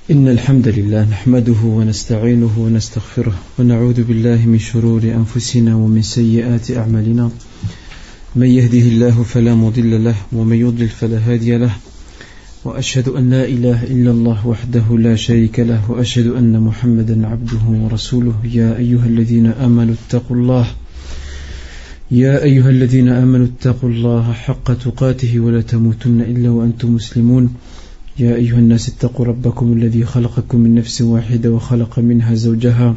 إن الحمد لله نحمده ونستعينه ونستغفره ونعوذ بالله من شرور أنفسنا ومن سيئات أعمالنا من يهده الله فلا مضل له ومن يضلل فلا هادي له وأشهد أن لا إله إلا الله وحده لا شريك له وأشهد أن محمدا عبده ورسوله يا أيها الذين آمنوا اتقوا الله حق تقاته ولا تموتن إلا وأنتم مسلمون يا أيها الناس اتقوا ربكم الذي خلقكم من نفس واحدة وخلق منها زوجها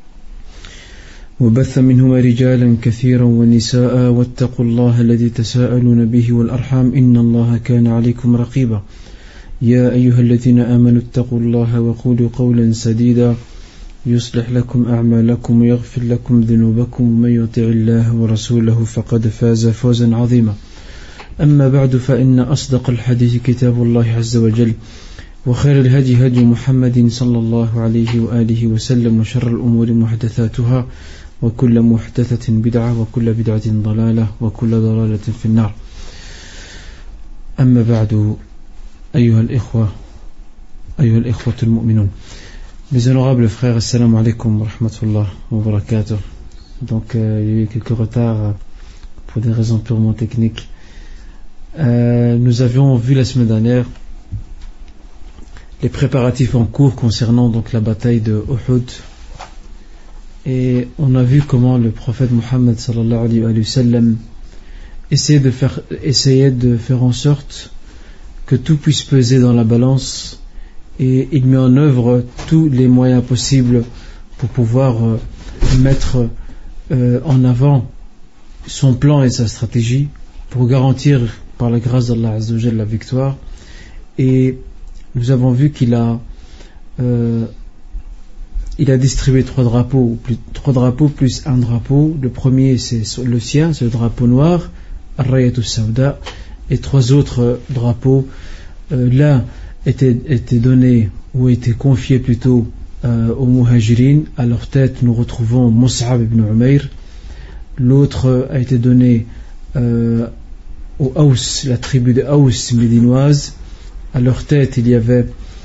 وبث منهما رجالا كثيرا ونساء واتقوا الله الذي تساءلون به والأرحام إن الله كان عليكم رقيبا يا أيها الذين آمنوا اتقوا الله وقولوا قولا سديدا يصلح لكم أعمالكم ويغفر لكم ذنوبكم ومن يطع الله ورسوله فقد فاز فوزا عظيما أما بعد فإن أصدق الحديث كتاب الله عز وجل وخير الهدي هدي محمد صلى الله عليه وآله وسلم وشر الأمور محدثاتها وكل محدثة بدعة وكل بدعة ضلالة وكل ضلالة في النار أما بعد أيها الإخوة المؤمنون. Mes honorables frères, assalamu alaikum wa rahmatullah wa barakatuh. Donc il y a eu quelques retards pour des raisons purement techniques. Nous avions vu la semaine dernière les préparatifs en cours concernant donc la bataille de Uhud, et on a vu comment le prophète Muhammad sallallahu alayhi wa sallam essayait de faire en sorte que tout puisse peser dans la balance, et il met en œuvre tous les moyens possibles pour pouvoir mettre en avant son plan et sa stratégie pour garantir par la grâce d'Allah Azza wa Jalla la victoire. Et nous avons vu qu'il a distribué trois drapeaux plus un drapeau. Le premier c'est le sien, c'est le drapeau noir, Ar-Rayatus Sawda, et trois autres drapeaux. L'un était donné ou était confié plutôt aux Muhajirin. À leur tête nous retrouvons Mus'ab ibn Umayr. L'autre a été donné aux Aws, la tribu de Aws médinoise. À leur tête il y avait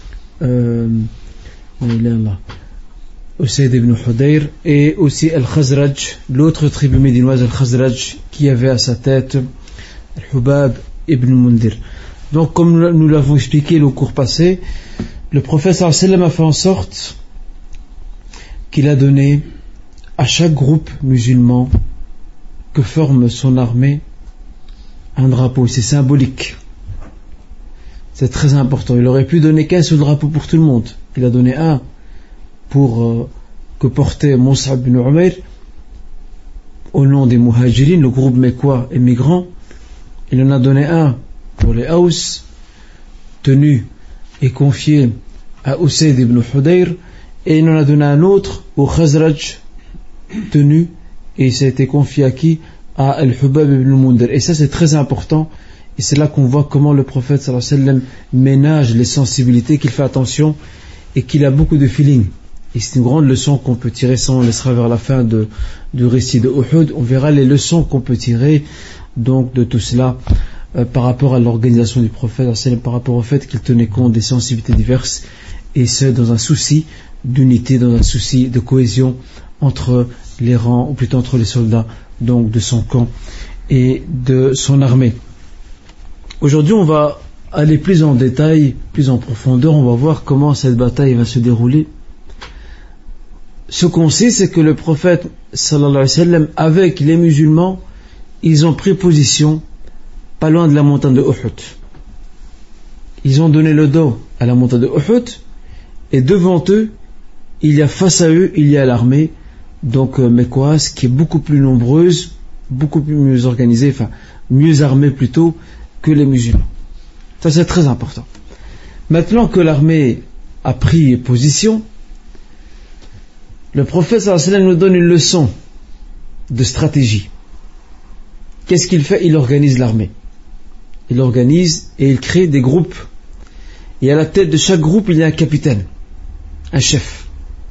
Usayd ibn Hudayr, et aussi Al-Khazraj, l'autre tribu médinoise Al-Khazraj, qui avait à sa tête Al-Hubab ibn Mundir. Donc comme nous l'avons expliqué le cours passé, le prophète sallallahu alayhi wa sallam a fait en sorte qu'il a donné à chaque groupe musulman que forme son armée un drapeau. C'est symbolique, c'est très important. Il aurait pu donner qu'un seul drapeau pour tout le monde. Il a donné un pour que portait Mus'ab ibn Umayr au nom des Muhajirin, le groupe mécois et migrant. Il en a donné un pour les Aws, tenu et confié à Usayd ibn Hudayr, et il en a donné un autre au Khazraj, tenu, et ça a été confié à qui? À Al-Hubab ibn Mundir. Et ça c'est très important, et c'est là qu'on voit comment le prophète sallallahu alayhi wa sallam ménage les sensibilités, qu'il fait attention et qu'il a beaucoup de feeling. Et c'est une grande leçon qu'on peut tirer, ça on laissera vers la fin du récit de Uhud. On verra les leçons qu'on peut tirer donc de tout cela par rapport à l'organisation du prophète, par rapport au fait qu'il tenait compte des sensibilités diverses, et ce dans un souci d'unité, dans un souci de cohésion entre les rangs, ou plutôt entre les soldats donc de son camp et de son armée. Aujourd'hui on va aller plus en détail, plus en profondeur. On va voir comment cette bataille va se dérouler. Ce qu'on sait, c'est que le prophète sallallahu alayhi wa sallam, avec les musulmans, ils ont pris position pas loin de la montagne de Uhud. Ils ont donné le dos à la montagne de Uhud, et devant eux, face à eux, il y a l'armée donc mécoise, qui est beaucoup plus nombreuse, beaucoup plus mieux organisée, mieux armée plutôt que les musulmans. Ça c'est très important. Maintenant que l'armée a pris position, le prophète sallallahu alayhi wa sallam nous donne une leçon de stratégie. Qu'est-ce qu'il fait? Il organise l'armée. Il organise et il crée des groupes. Et à la tête de chaque groupe, il y a un capitaine, un chef.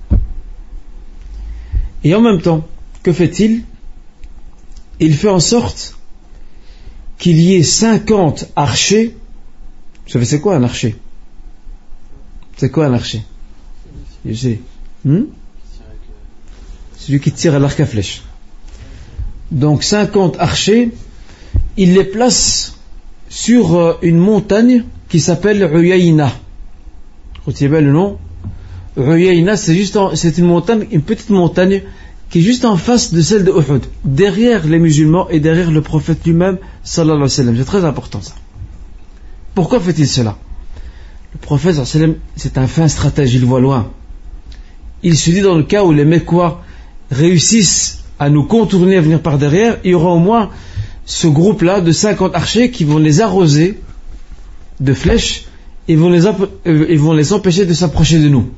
Et en même temps, que fait-il? Il fait en sorte qu'il y ait 50 archers. Vous savez c'est quoi un archer? Vous C'est quoi un archer? Je sais. Celui qui tire à l'arc à flèche. Donc 50 archers, il les place sur une montagne qui s'appelle Uyayna. Retenez bien le nom. Uyayna, c'est une montagne, une petite montagne qui est juste en face de celle de Uhud, derrière les musulmans et derrière le prophète lui-même, sallallahu alayhi wa sallam. C'est très important ça. Pourquoi fait-il cela? Le prophète sallallahu alayhi wa sallam, c'est un fin stratège, il voit loin. Il se dit, dans le cas où les Mecquois réussissent à nous contourner, à venir par derrière, il y aura au moins ce groupe-là de 50 archers qui vont les arroser de flèches et vont les empêcher de s'approcher de nous.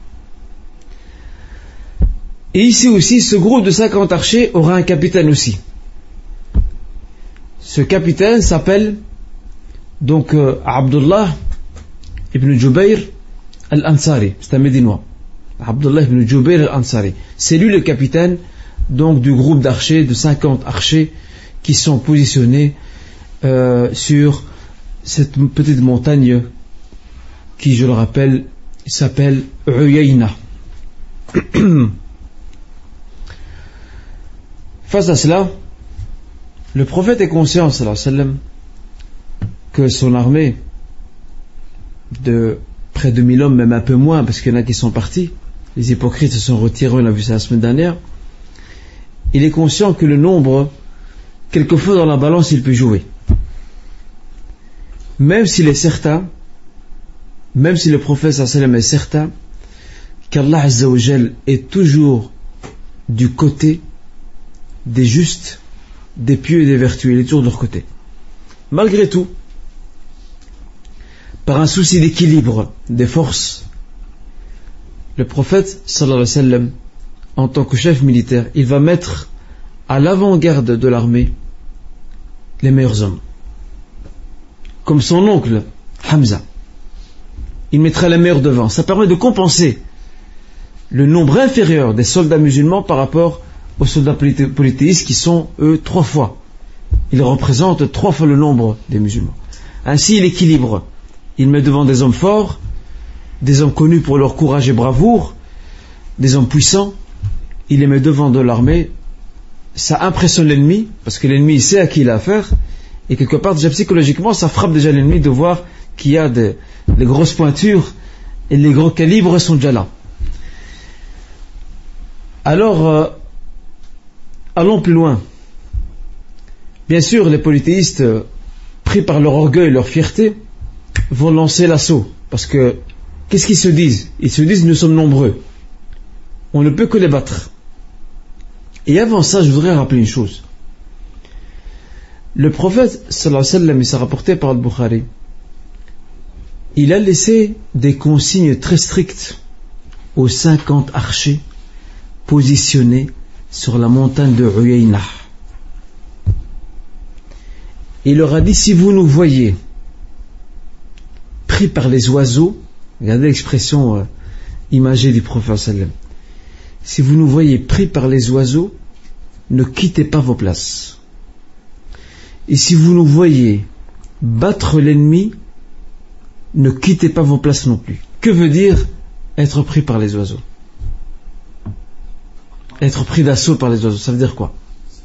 Et ici aussi, ce groupe de 50 archers aura un capitaine aussi. Ce capitaine s'appelle donc Abdullah ibn Jubayr al-Ansari. C'est un Médinois. Abdullah ibn Jubayr al-Ansari. C'est lui le capitaine donc du groupe d'archers, de 50 archers qui sont positionnés sur cette petite montagne qui, je le rappelle, s'appelle Uyayna. Face à cela, le prophète est conscient, sallallahu alayhi wa sallam, que son armée de près de 1000 hommes, même un peu moins, parce qu'il y en a qui sont partis, les hypocrites se sont retirés, on l'a vu ça la semaine dernière. Il est conscient que le nombre, quelquefois dans la balance, il peut jouer. Même s'il est certain, même si le prophète sallallahu alayhi wa sallam est certain qu'Allah azza wa jal est toujours du côté des justes, des pieux et des vertueux, il est toujours de leur côté. Malgré tout, par un souci d'équilibre des forces, le prophète sallallahu alayhi wa sallam, en tant que chef militaire, il va mettre à l'avant-garde de l'armée les meilleurs hommes. Comme son oncle Hamza, il mettra les meilleurs devant. Ça permet de compenser le nombre inférieur des soldats musulmans par rapport aux soldats polythéistes qui sont, eux, 3 fois. Ils représentent 3 fois le nombre des musulmans. Ainsi, il équilibre. Il met devant des hommes forts, des hommes connus pour leur courage et bravoure, des hommes puissants. Il les met devant de l'armée. Ça impressionne l'ennemi, parce que l'ennemi sait à qui il a affaire, et quelque part, déjà psychologiquement, ça frappe déjà l'ennemi de voir qu'il y a les grosses pointures et les gros calibres sont déjà là. Alors, allons plus loin. Bien sûr, les polythéistes, pris par leur orgueil et leur fierté, vont lancer l'assaut. Parce que, qu'est-ce qu'ils se disent? Ils se disent, nous sommes nombreux. On ne peut que les battre. Et avant ça, je voudrais rappeler une chose. Le prophète, sallallahu alayhi wa sallam, il s'est rapporté par Al-Bukhari, il a laissé des consignes très strictes aux 50 archers positionnés sur la montagne de Uyayna. Il leur a dit, si vous nous voyez pris par les oiseaux, regardez l'expression imagée du prophète sallallahu alayhi wa sallam, si vous nous voyez pris par les oiseaux, ne quittez pas vos places. Et si vous nous voyez battre l'ennemi, ne quittez pas vos places non plus. Que veut dire être pris par les oiseaux? Être pris d'assaut par les oiseaux, ça veut dire quoi?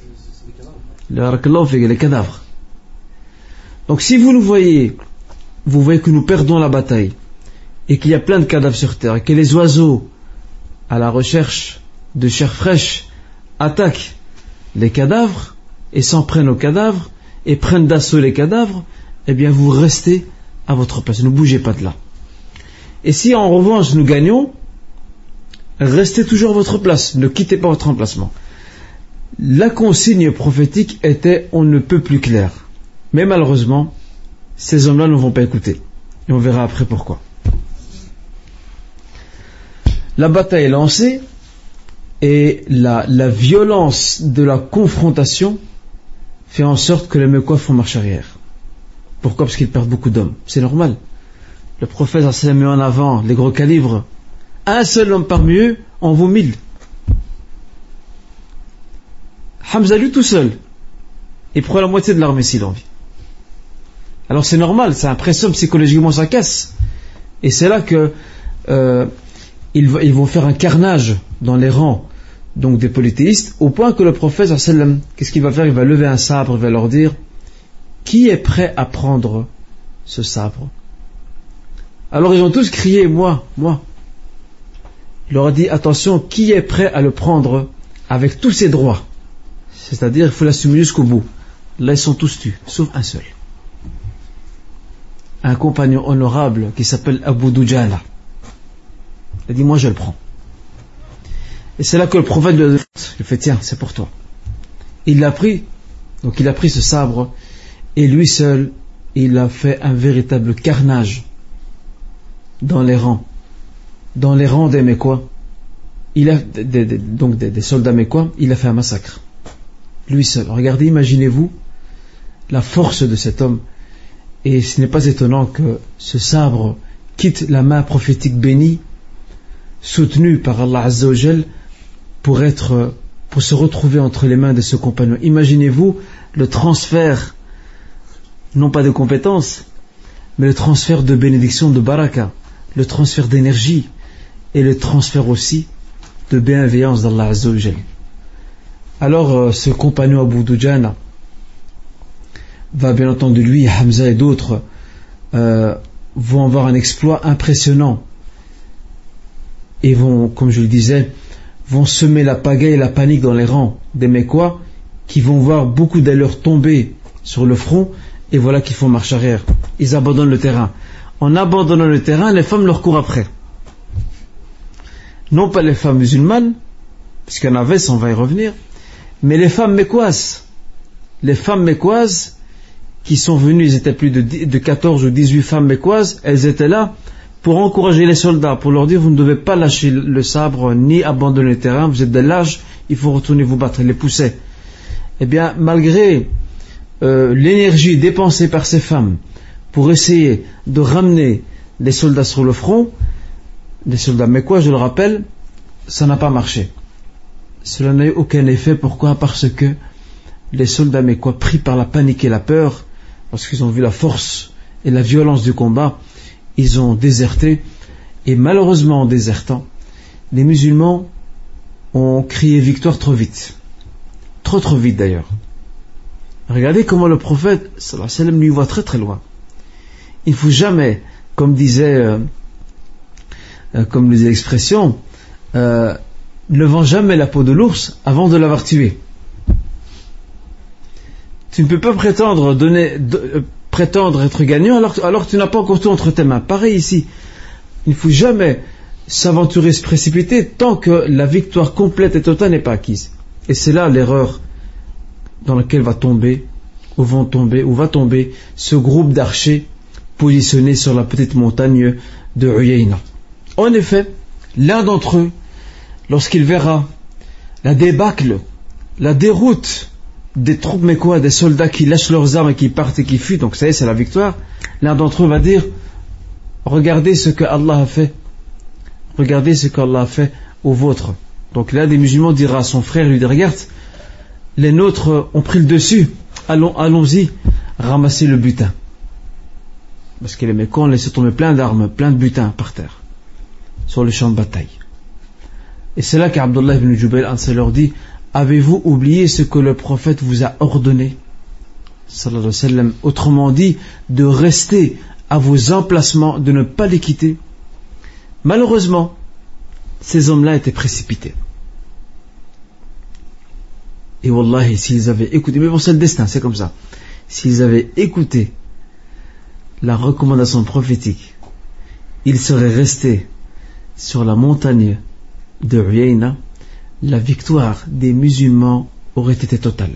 Les cadavres. Donc si vous nous voyez, vous voyez que nous perdons la bataille, et qu'il y a plein de cadavres sur terre, et que les oiseaux, à la recherche de chair fraîche, attaquent les cadavres, et s'en prennent aux cadavres, et prennent d'assaut les cadavres, eh bien vous restez à votre place, ne bougez pas de là. Et si en revanche nous gagnons, restez toujours à votre place, ne quittez pas votre emplacement. La consigne prophétique était on ne peut plus clair. Mais malheureusement, ces hommes-là ne vont pas écouter. Et on verra après pourquoi. La bataille est lancée et la violence de la confrontation fait en sorte que les Mecquois font marche arrière. Pourquoi? Parce qu'ils perdent beaucoup d'hommes. C'est normal. Le prophète a mis en avant les gros calibres. Un seul homme parmi eux en vaut 1000. Hamza lui tout seul, il prend la moitié de l'armée s'il en vit. Alors c'est normal, ça impressionne psychologiquement, ça casse. Et c'est là que ils vont faire un carnage dans les rangs donc des polythéistes, au point que le prophète sallallahu alayhi wa sallam, qu'est-ce qu'il va faire? Il va lever un sabre, il va leur dire: qui est prêt à prendre ce sabre? Alors ils ont tous crié: moi. Il leur a dit: attention, qui est prêt à le prendre avec tous ses droits? C'est-à-dire, il faut l'assumer jusqu'au bout. Là, ils sont tous tués, sauf un seul. Un compagnon honorable qui s'appelle Abu Dujana. Il a dit: moi, je le prends. Et c'est là que le prophète lui a fait: tiens, c'est pour toi. Il l'a pris. Donc il a pris ce sabre, et lui seul, il a fait un véritable carnage dans les rangs. Dans les rangs des Mécois, donc des soldats mécois, il a fait un massacre. Lui seul. Regardez, imaginez-vous la force de cet homme. Et ce n'est pas étonnant que ce sabre quitte la main prophétique bénie, soutenue par Allah Azza wa Jal, pour se retrouver entre les mains de ce compagnon. Imaginez-vous le transfert, non pas de compétences, mais le transfert de bénédiction, de baraka, le transfert d'énergie, et le transfert aussi de bienveillance d'Allah Azza wa Jal. Alors ce compagnon Abu Dujana va, bien entendu, lui, Hamza et d'autres vont avoir un exploit impressionnant et vont, comme je le disais, vont semer la pagaille et la panique dans les rangs des Mécois, qui vont voir beaucoup d'alleurs tomber sur le front, et voilà qu'ils font marche arrière. Ils abandonnent le terrain. En abandonnant le terrain, les femmes leur courent après. Non pas les femmes musulmanes, puisqu'il y en avait, on va y revenir, mais les femmes mécoises. Les femmes mécoises qui sont venues, ils étaient plus de 14 ou 18 femmes mécoises, elles étaient là pour encourager les soldats, pour leur dire: vous ne devez pas lâcher le sabre, ni abandonner le terrain, vous êtes de l'âge, il faut retourner vous battre, les pousser. Eh bien, malgré l'énergie dépensée par ces femmes pour essayer de ramener les soldats sur le front, les soldats mécois, je le rappelle, ça n'a pas marché. Cela n'a eu aucun effet. Pourquoi? Parce que les soldats mécois, pris par la panique et la peur, lorsqu'ils ont vu la force et la violence du combat, ils ont déserté. Et malheureusement, en désertant, les musulmans ont crié victoire trop vite. Trop vite d'ailleurs. Regardez comment le prophète sallallahu alayhi wa sallam lui voit très très loin. Il ne faut jamais, comme disait l'expression, ne vends jamais la peau de l'ours avant de l'avoir tué. Tu ne peux pas prétendre être gagnant alors que tu n'as pas encore tout entre tes mains. Pareil ici, il ne faut jamais s'aventurer, se précipiter tant que la victoire complète et totale n'est pas acquise. Et c'est là l'erreur dans laquelle va tomber ce groupe d'archers positionnés sur la petite montagne de Uyayna. En effet, l'un d'entre eux, lorsqu'il verra la débâcle, la déroute des troupes mécois, des soldats qui lâchent leurs armes et qui partent et qui fuient, donc ça y est, c'est la victoire, l'un d'entre eux va dire: regardez ce que Allah a fait, regardez ce qu'Allah a fait aux vôtres. Donc l'un des musulmans dira à son frère, lui dit: regarde, les nôtres ont pris le dessus, allons-y ramasser le butin. Parce que les Mécois ont laissé tomber plein d'armes, plein de butins par terre, sur le champ de bataille. Et c'est là qu'Abdullah ibn Jubayl Ansari leur dit: avez-vous oublié ce que le prophète vous a ordonné, sallallahu alayhi wa sallam, autrement dit, de rester à vos emplacements, de ne pas les quitter? Malheureusement, ces hommes-là étaient précipités. Et wallahi, s'ils avaient écouté, mais bon, c'est le destin, c'est comme ça. S'ils avaient écouté la recommandation prophétique, ils seraient restés sur la montagne de Uyayna, la victoire des musulmans aurait été totale.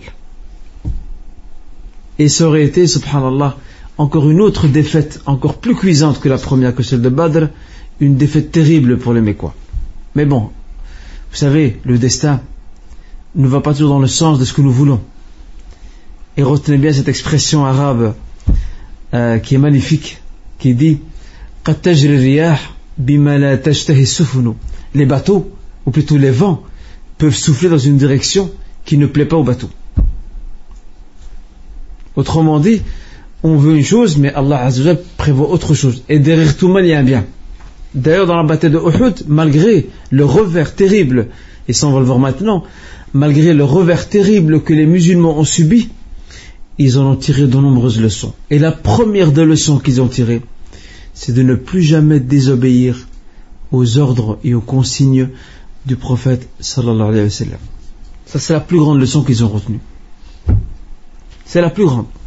Et ça aurait été, subhanallah, encore une autre défaite, encore plus cuisante que la première, que celle de Badr, une défaite terrible pour les Mécois. Mais bon, vous savez, le destin ne va pas toujours dans le sens de ce que nous voulons. Et retenez bien cette expression arabe qui est magnifique, qui dit: قد تجري الرياح بما لا تشتهي السفن. Les bateaux, ou plutôt les vents, peuvent souffler dans une direction qui ne plaît pas aux bateaux. Autrement dit, on veut une chose, mais Allah Azza wa Jalla prévoit autre chose. Et derrière tout mal, il y a un bien. D'ailleurs, dans la bataille de Uhud, malgré le revers terrible, et ça on va le voir maintenant, malgré le revers terrible que les musulmans ont subi, ils en ont tiré de nombreuses leçons. Et la première des leçons qu'ils ont tirées, c'est de ne plus jamais désobéir aux ordres et aux consignes du prophète sallallahu alayhi wa sallam. Ça, c'est la plus grande leçon qu'ils ont retenue. C'est la plus grande.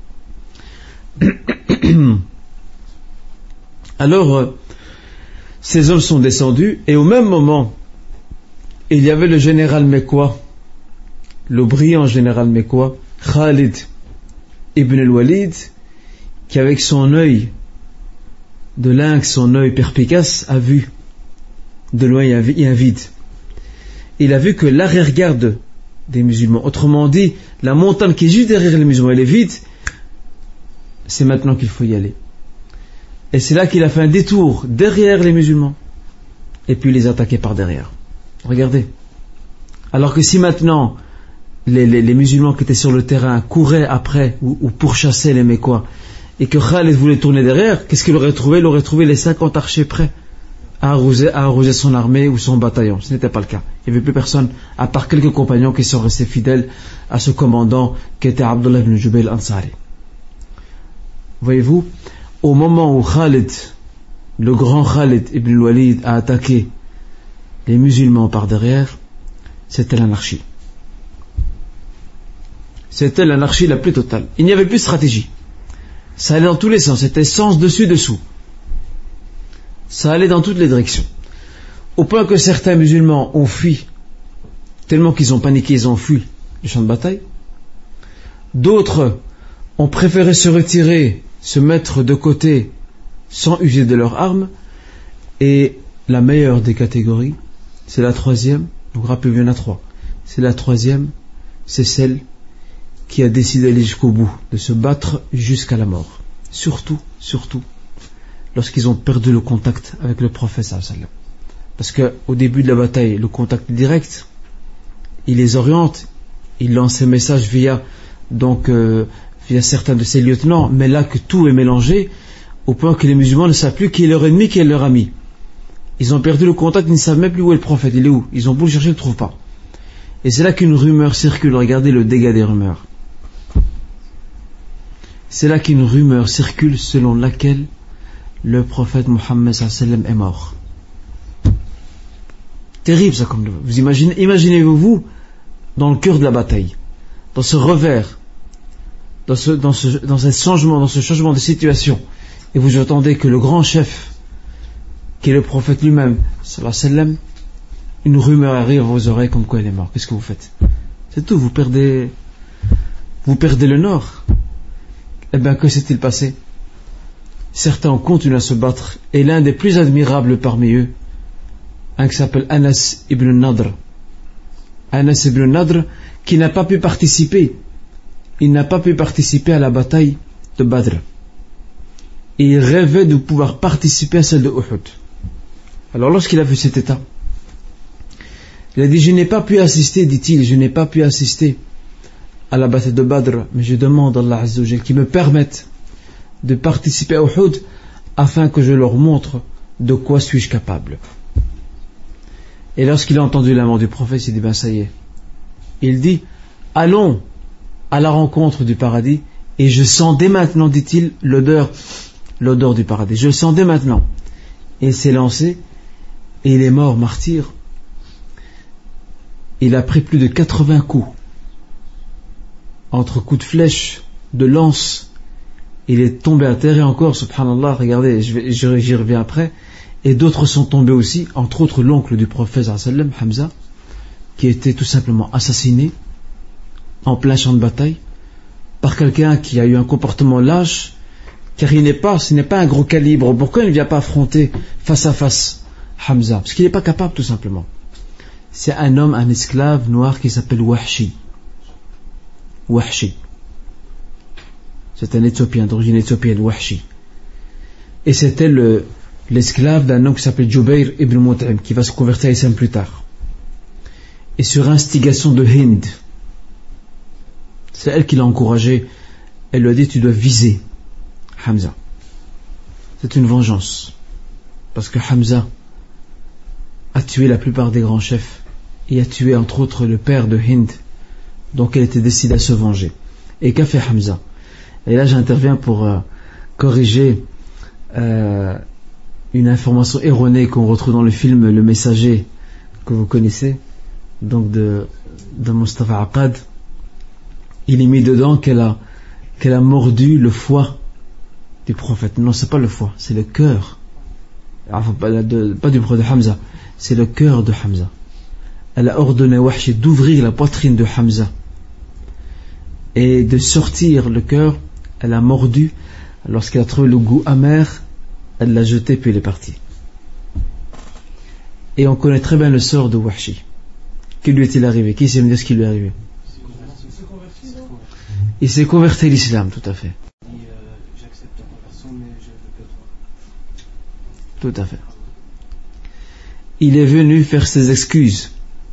Alors, ces hommes sont descendus, et au même moment, il y avait le général mécois, le brillant général mécois, Khalid ibn al-Walid, qui avec son œil de lynx, son œil perspicace, a vu de loin il y a un vide. Il a vu que l'arrière-garde des musulmans, autrement dit, la montagne qui est juste derrière les musulmans, elle est vide, c'est maintenant qu'il faut y aller. Et c'est là qu'il a fait un détour derrière les musulmans, et puis les attaquer par derrière. Regardez. Alors que si maintenant les musulmans qui étaient sur le terrain couraient après ou pourchassaient les Mécois, et que Khalid voulait tourner derrière, qu'est-ce qu'il aurait trouvé? Il aurait trouvé les 50 archers prêts à arroser son armée ou son bataillon. Ce n'était pas le cas. Il n'y avait plus personne, à part quelques compagnons qui sont restés fidèles à ce commandant qui était Abdullah ibn Jubayl al-Ansari. Voyez-vous, au moment où Khalid, le grand Khalid ibn al-Walid, a attaqué les musulmans par derrière, c'était l'anarchie. C'était l'anarchie la plus totale. Il n'y avait plus de stratégie. Ça allait dans tous les sens, c'était sens dessus dessous. Ça allait dans toutes les directions. Au point que certains musulmans ont fui, tellement qu'ils ont paniqué, ils ont fui le champ de bataille. D'autres ont préféré se retirer, se mettre de côté sans user de leurs armes. Et la meilleure des catégories, c'est la troisième. Donc rappelez-vous, il y en a trois. C'est la troisième, c'est celle qui a décidé d'aller jusqu'au bout, de se battre jusqu'à la mort. Surtout, lorsqu'ils ont perdu le contact avec le prophète sallallahu alayhi wa sallam. Parce qu'au début de la bataille, le contact direct, il les oriente, il lance ses messages via certains de ses lieutenants, mais là que tout est mélangé, au point que les musulmans ne savent plus qui est leur ennemi, qui est leur ami. Ils ont perdu le contact, ils ne savent même plus où est le prophète, il est où? Ils ont beau le chercher, ils ne le trouvent pas. Et c'est là qu'une rumeur circule, regardez le dégât des rumeurs. C'est là qu'une rumeur circule selon laquelle le prophète Mohammed sallallahu alayhi wa sallam est mort. Terrible ça comme vous imaginez-vous dans le cœur de la bataille, dans ce revers, dans ce changement de situation, et vous attendez que le grand chef, qui est le prophète lui-même, sallallahu alayhi wa sallam, une rumeur arrive à vos oreilles comme quoi il est mort. Qu'est-ce que vous faites? C'est tout, vous perdez le nord. Eh bien, que s'est-il passé? Certains ont continué à se battre, et l'un des plus admirables parmi eux, un qui s'appelle Anas ibn Nadr. Anas ibn Nadr, qui n'a pas pu participer. Il n'a pas pu participer à la bataille de Badr. Et il rêvait de pouvoir participer à celle de Uhud. Alors lorsqu'il a vu cet état, il a dit, je n'ai pas pu assister, dit-il, je n'ai pas pu assister à la bataille de Badr, mais je demande à Allah Azza wa Jal qu'il me permette de participer à Uhud afin que je leur montre de quoi suis-je capable. Et lorsqu'il a entendu la mort du prophète, il dit, ben ça y est. Il dit, allons à la rencontre du paradis, et je sens dès maintenant, dit-il, l'odeur du paradis. Je le sens dès maintenant. Et il s'est lancé, et il est mort martyr. Il a pris plus de 80 coups. Entre coups de flèche, de lance, il est tombé à terre, et encore, subhanallah, regardez, j'y reviens après, et d'autres sont tombés aussi, entre autres l'oncle du prophète sallallahu alayhi wa sallam, Hamza, qui a été tout simplement assassiné en plein champ de bataille par quelqu'un qui a eu un comportement lâche, car ce n'est pas un gros calibre. Pourquoi il ne vient pas affronter face à face Hamza? Parce qu'il n'est pas capable, tout simplement. C'est un homme, un esclave noir qui s'appelle Wahshi. C'est un Éthiopien, d'origine éthiopienne, Wahshi. Et c'était l'esclave d'un homme qui s'appelle Jubayr ibn Mut'im, qui va se convertir à l'islam plus tard. Et sur instigation de Hind, c'est elle qui l'a encouragé. Elle lui a dit, tu dois viser Hamza. C'est une vengeance. parce que Hamza a tué la plupart des grands chefs et a tué entre autres le père de Hind, donc elle était décidée à se venger. Et qu'a fait Hamza? Et là j'interviens pour corriger une information erronée qu'on retrouve dans le film Le Messager, que vous connaissez, donc de Mustafa Aqad. Il est mis dedans qu'elle a mordu le foie du prophète. Non, c'est pas le foie, c'est le cœur. Enfin, pas du prophète de Hamza, c'est le cœur de Hamza. Elle a ordonné à Wahshi d'ouvrir la poitrine de Hamza et de sortir le cœur. Elle a mordu. Lorsqu'elle a trouvé le goût amer, elle l'a jeté puis elle est partie. Et on connaît très bien le sort de Wahshi. Que lui est-il arrivé? Qui sait me dire ce qui lui est arrivé? Il s'est converti à l'islam, tout à fait. J'accepte la conversion, mais je ne veux pas. Tout à fait. Il est venu faire ses excuses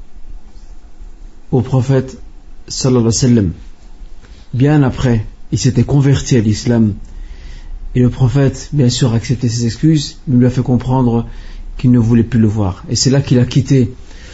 au prophète sallallahu alayhi wa sallam. Bien après, il s'était converti à l'islam. Et le prophète, bien sûr, a accepté ses excuses, mais lui a fait comprendre qu'il ne voulait plus le voir. Et c'est là qu'il a quitté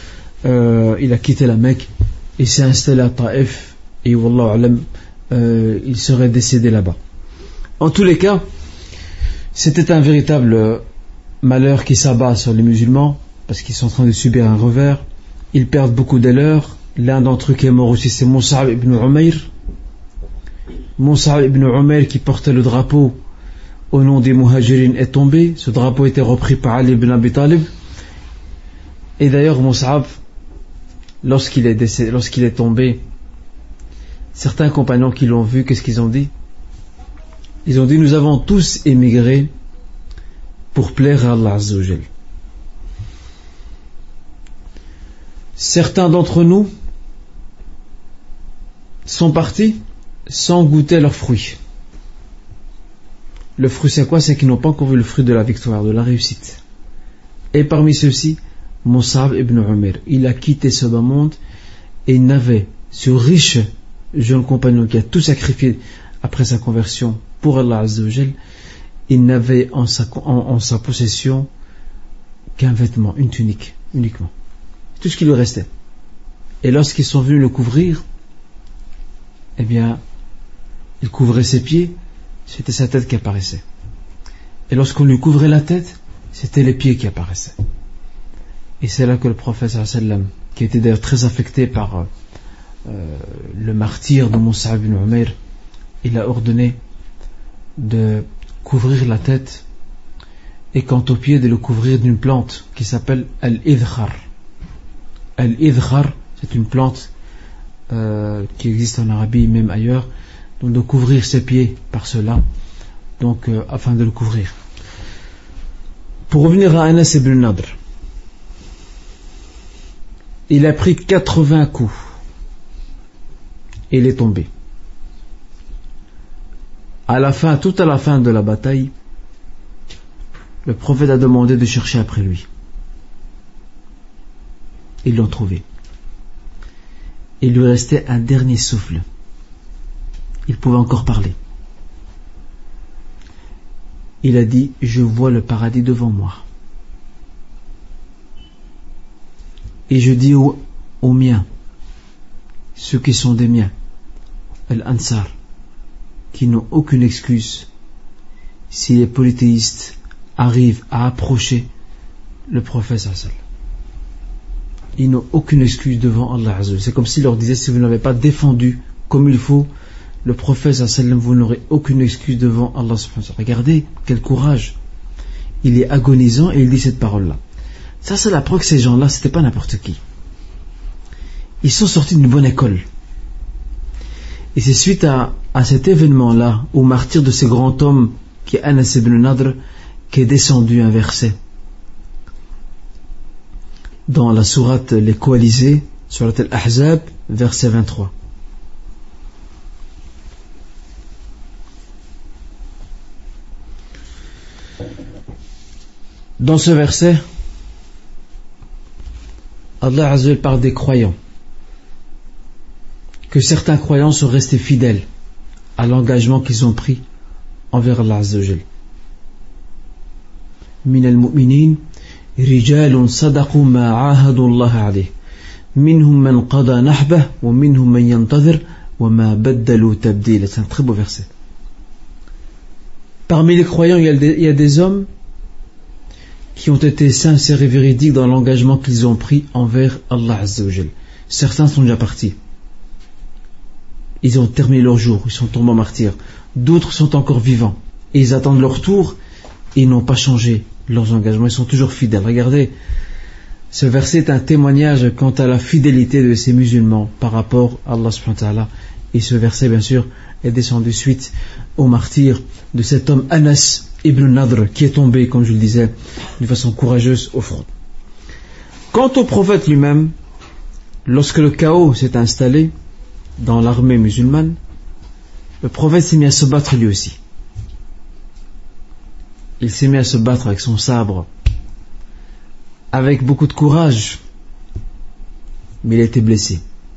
la Mecque et s'est installé à Taïf. Et wallahu alam, il serait décédé là-bas. En tous les cas, c'était un véritable malheur qui s'abat sur les musulmans, parce qu'ils sont en train de subir un revers. Ils perdent beaucoup d'éleurs. L'un d'entre eux qui est mort aussi, c'est Mus'ab ibn Umayr. Mus'ab ibn Umayr, qui portait le drapeau au nom des Muhajirin, est tombé. Ce drapeau a été repris par Ali ibn Abi Talib. Et d'ailleurs, Mus'ab, lorsqu'il est tombé, certains compagnons qui l'ont vu, qu'est-ce qu'ils ont dit? Ils ont dit: nous avons tous émigré pour plaire à Allah Azza wa Jal. Certains d'entre nous sont partis sans goûter leurs fruits. Le fruit, c'est quoi? C'est qu'ils n'ont pas encore vu le fruit de la victoire, de la réussite. Et parmi ceux-ci, Mus'ab ibn Umayr, il a quitté ce bas monde et il n'avait, ce riche jeune compagnon qui a tout sacrifié après sa conversion pour Allah Azza wa Jal, il n'avait en sa possession qu'un vêtement, une tunique, uniquement. Tout ce qui lui restait. Et lorsqu'ils sont venus le couvrir, eh bien, il couvrait ses pieds, c'était sa tête qui apparaissait. Et lorsqu'on lui couvrait la tête, c'était les pieds qui apparaissaient. Et c'est là que le prophète sallallahu alayhi wa sallam, qui était d'ailleurs très affecté par le martyre de Mus'ab ibn Umayr, il a ordonné de couvrir la tête et quant aux pieds de le couvrir d'une plante qui s'appelle al-idkhar. Al-idkhar, c'est une plante qui existe en Arabie, même ailleurs, donc de couvrir ses pieds par cela, donc afin de le couvrir. Pour revenir à Anas ibn Nadr, il a pris 80 coups et il est tombé. Tout à la fin de la bataille, le prophète a demandé de chercher après lui. Ils l'ont trouvé. Il lui restait un dernier souffle. Il pouvait encore parler. Il a dit: je vois le paradis devant moi. Et je dis aux miens, ceux qui sont des miens, Al-Ansar, qui n'ont aucune excuse si les polythéistes arrivent à approcher le prophète sallallahu alayhi wa sallam. Ils n'ont aucune excuse devant Allah Azza wa Jalla. C'est comme s'il leur disait: si vous n'avez pas défendu comme il faut le prophète sallallahu alayhi wa sallam, vous n'aurez aucune excuse devant Allah subhanahu wa ta'ala. Regardez quel courage. Il est agonisant et il dit cette parole-là. Ça, c'est la preuve que ces gens-là, c'était pas n'importe qui. Ils sont sortis d'une bonne école. Et c'est suite à cet événement-là, au martyr de ce grand homme qui est Anas ibn Nadr, qu'est descendu un verset dans la sourate Les Coalisés, sourate Al-Ahzab, verset 23. Dans ce verset, Allah Azza wa Jalla parle des croyants, que certains croyants sont restés fidèles à l'engagement qu'ils ont pris envers Allah Azza wa Jalla. من المؤمنين رجال صدقوا ما عاهدوا الله عليه منهم من قضى نحبه ومنهم من ينتظر وما بدلوا تبديلا. C'est un très beau verset. Parmi les croyants, il y a des hommes qui ont été sincères et véridiques dans l'engagement qu'ils ont pris envers Allah Azza wa Jal. Certains sont déjà partis. Ils ont terminé leur jour, ils sont tombés en martyrs. D'autres sont encore vivants. Et ils attendent leur tour et ils n'ont pas changé leurs engagements, ils sont toujours fidèles. Regardez, ce verset est un témoignage quant à la fidélité de ces musulmans par rapport à Allah subhanahu wa ta'ala. Et ce verset, bien sûr, est descendu suite au martyr de cet homme Anas ibn Nadr qui est tombé, comme je le disais, d'une façon courageuse au front. Quant au prophète lui-même, lorsque le chaos s'est installé dans l'armée musulmane, le prophète s'est mis à se battre lui aussi. Il s'est mis à se battre avec son sabre, avec beaucoup de courage, mais il a été blessé.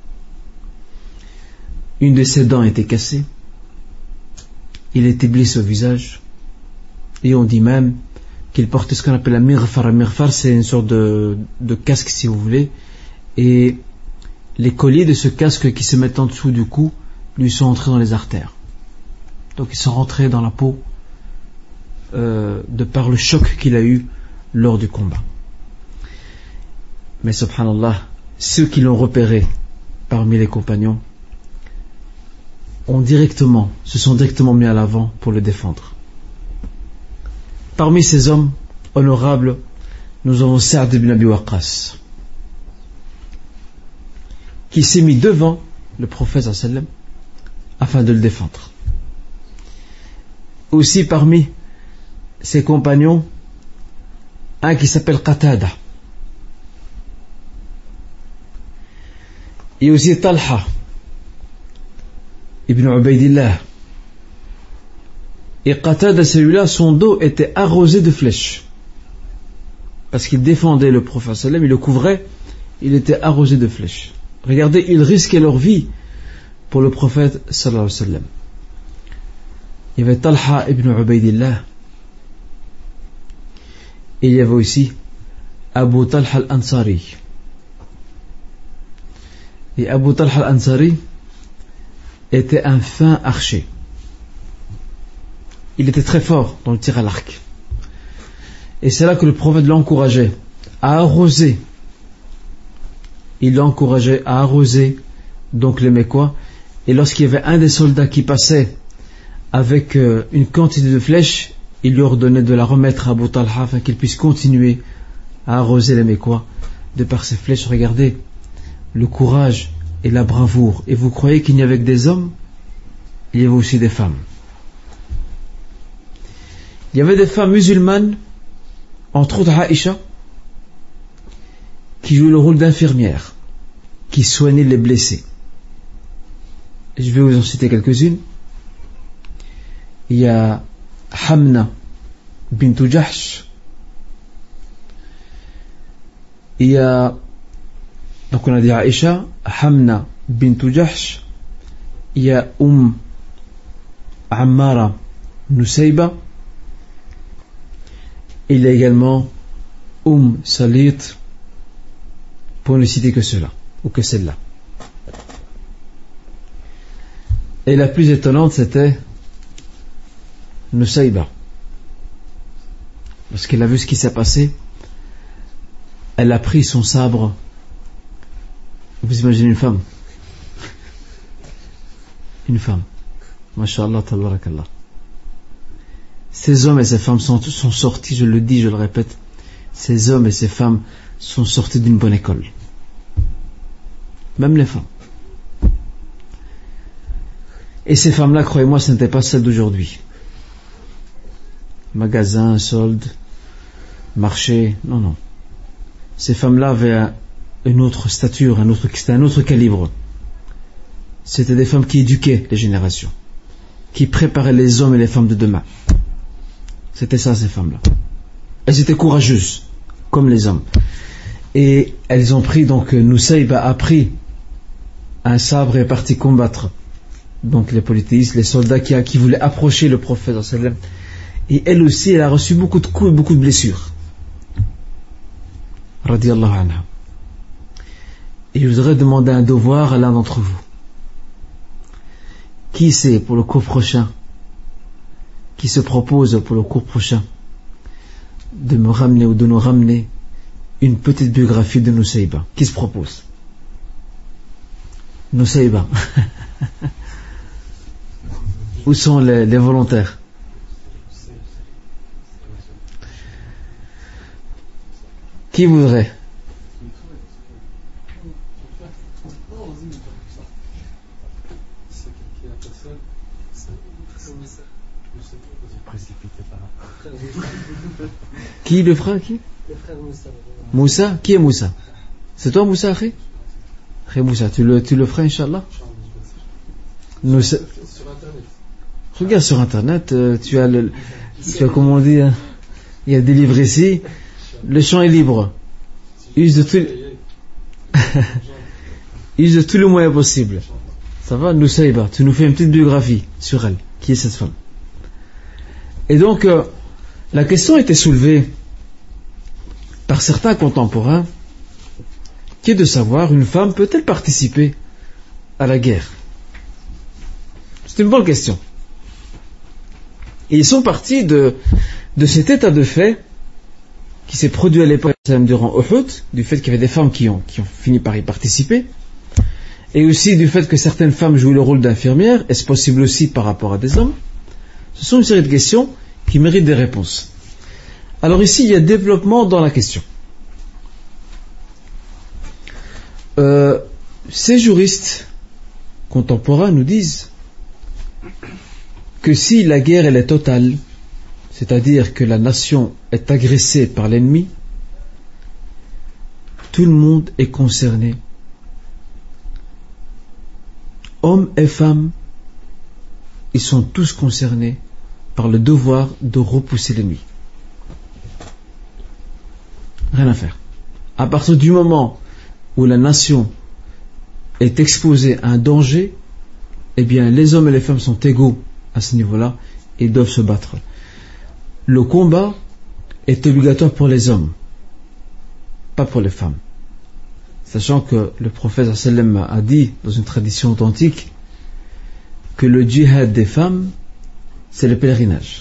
Une de ses dents était cassée, il a été blessé au visage, et on dit même qu'il portait ce qu'on appelle la mirfar. La mirfar, c'est une sorte de casque, si vous voulez, et les colliers de ce casque qui se mettent en dessous du cou lui sont entrés dans les artères. Donc ils sont rentrés dans la peau de par le choc qu'il a eu lors du combat. Mais subhanallah, ceux qui l'ont repéré parmi les compagnons se sont directement mis à l'avant pour le défendre. Parmi ces hommes honorables, nous avons Sa'd ibn Abi Waqqas, qui s'est mis devant le prophète sallallahu alayhi wa sallam afin de le défendre. Aussi parmi ses compagnons, un qui s'appelle Qatada, et aussi Talha ibn Ubaydillah. Et Qatada, celui-là, son dos était arrosé de flèches, parce qu'il défendait le prophète sallallahu alayhi wa sallam, il le couvrait, il était arrosé de flèches. Regardez, ils risquaient leur vie pour le prophète sallallahu alayhi wa sallam. Il y avait Talha ibn Ubaydillah, et il y avait aussi Abu Talha al-Ansari. Et Abu Talha al-Ansari était un fin archer. Il était très fort dans le tir à l'arc. Et c'est là que le prophète l'encourageait à arroser. Il l'encourageait à arroser donc les Mécois. Et lorsqu'il y avait un des soldats qui passait avec une quantité de flèches, il lui ordonnait de la remettre à Abu Talha afin qu'il puisse continuer à arroser les Mécois de par ses flèches. Regardez le courage et la bravoure. Et vous croyez qu'il n'y avait que des hommes? Il y avait aussi des femmes. Il y avait des femmes musulmanes, entre autres Aïcha, qui jouaient le rôle d'infirmière, qui soignaient les blessés. Je vais vous en citer quelques-unes. Il y a Hamna bint Jahsh. Il y a, donc on a dit Aïcha, Hamna bint Jahsh. Il y a Ammara Nusayba. Il y a également Salit, pour ne citer que cela, ou que celle-là. Et la plus étonnante, c'était Nusayba. Lorsqu'elle a vu ce qui s'est passé, elle a pris son sabre. Vous imaginez une femme? Une femme. Masha'Allah, tabarakallah. Ces hommes et ces femmes sont sortis, je le dis, je le répète, ces hommes et ces femmes sont sortis d'une bonne école. Même les femmes. Et ces femmes-là, croyez-moi, ce n'étaient pas celles d'aujourd'hui. Magasin, solde, marché, non, non. Ces femmes-là avaient une autre stature, c'était un autre calibre. C'était des femmes qui éduquaient les générations, qui préparaient les hommes et les femmes de demain. C'était ça, ces femmes-là. Elles étaient courageuses, comme les hommes. Et elles ont pris, donc Nusayba a pris un sabre et est parti combattre donc les polythéistes, les soldats qui voulaient approcher le prophète sallallahu alayhi wa sallam. Et elle aussi, elle a reçu beaucoup de coups et beaucoup de blessures. Radiyallahu anha. Et je voudrais demander un devoir à l'un d'entre vous. Qui c'est pour le cours prochain, qui se propose pour le cours prochain de me ramener ou de nous ramener une petite biographie de Nusayba? Qui se propose? Nusayba. Où sont les volontaires? Qui voudrait? Qui le fera? Qui? Le frère Moussa. Moussa? Qui est Moussa? C'est toi Moussa, Akhi? Akhi Moussa, tu le feras, Inch'Allah? Sur Internet. Regarde sur Internet, tu as comme on dit, hein, il y a des livres ici, le champ est libre. Use de tous les moyens possibles. Ça va, Nusayba, tu nous fais une petite biographie sur elle. Qui est cette femme? Et donc, la question était soulevée par certains contemporains, qui est de savoir, une femme peut-elle participer à la guerre? C'est une bonne question. Et ils sont partis de cet état de fait qui s'est produit à l'époque durant Uhud, du fait qu'il y avait des femmes qui ont fini par y participer, et aussi du fait que certaines femmes jouent le rôle d'infirmières. Est-ce possible aussi par rapport à des hommes? Ce sont une série de questions qui méritent des réponses. Alors ici, il y a développement dans la question. Ces juristes contemporains nous disent que si la guerre elle est totale, c'est-à-dire que la nation est agressée par l'ennemi, tout le monde est concerné. Hommes et femmes, ils sont tous concernés par le devoir de repousser l'ennemi. Rien à faire. À partir du moment où la nation est exposée à un danger, eh bien les hommes et les femmes sont égaux à ce niveau-là et doivent se battre. Le combat est obligatoire pour les hommes, pas pour les femmes. Sachant que le prophète sallam a dit dans une tradition authentique que le djihad des femmes, c'est le pèlerinage.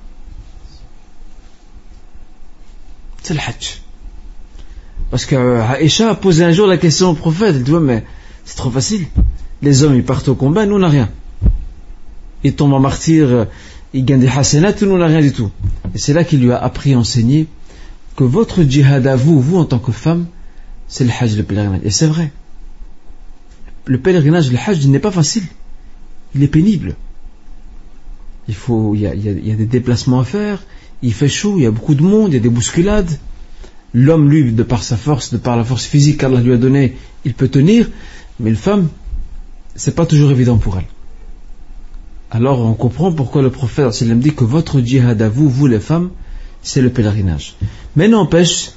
C'est le hajj. Parce que Aïcha a posé un jour la question au prophète, elle dit ouais, mais c'est trop facile. Les hommes ils partent au combat, nous on n'a rien. Ils tombent en martyr, ils gagnent des hasanat, nous on n'a rien du tout. Et c'est là qu'il lui a appris, enseigné que votre djihad à vous en tant que femme, c'est le hajj, le pèlerinage. Et c'est vrai. Le pèlerinage, le hajj n'est pas facile. Il est pénible. Il y a des déplacements à faire, il fait chaud, il y a beaucoup de monde, il y a des bousculades. L'homme, lui, de par sa force, de par la force physique qu'Allah lui a donnée, il peut tenir, mais une femme, c'est pas toujours évident pour elle. Alors on comprend pourquoi le prophète sallam dit que votre djihad à vous les femmes, c'est le pèlerinage. Mais n'empêche,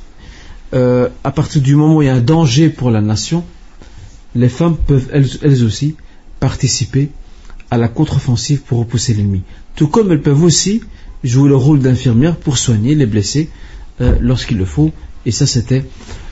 à partir du moment où il y a un danger pour la nation, les femmes peuvent elles aussi participer à la contre-offensive pour repousser l'ennemi. Tout comme elles peuvent aussi jouer le rôle d'infirmière pour soigner les blessés lorsqu'il le faut. Et ça c'est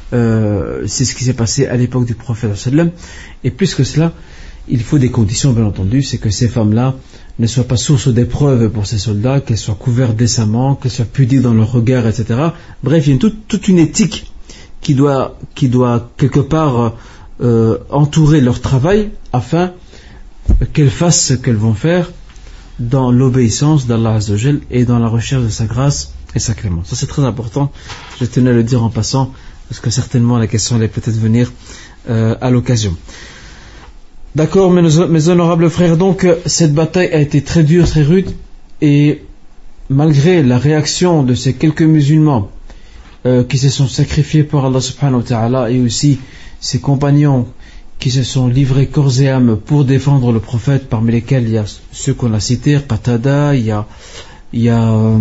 ce qui s'est passé à l'époque du prophète sallam. Et plus que cela, il faut des conditions, bien entendu, c'est que ces femmes-là ne soient pas source d'épreuves pour ces soldats, qu'elles soient couvertes décemment, qu'elles soient pudiques dans leur regard, etc. Bref, il y a toute une éthique qui doit quelque part entourer leur travail afin qu'elles fassent ce qu'elles vont faire dans l'obéissance d'Allah Azza wa Jal et dans la recherche de sa grâce et sa clémence. Ça c'est très important, je tenais à le dire en passant, parce que certainement la question allait peut-être venir à l'occasion. D'accord, mes honorables frères, donc cette bataille a été très dure, très rude, et malgré la réaction de ces quelques musulmans qui se sont sacrifiés pour Allah subhanahu wa ta'ala, et aussi ces compagnons qui se sont livrés corps et âme pour défendre le prophète, parmi lesquels il y a ceux qu'on a cités, Qatada, il y a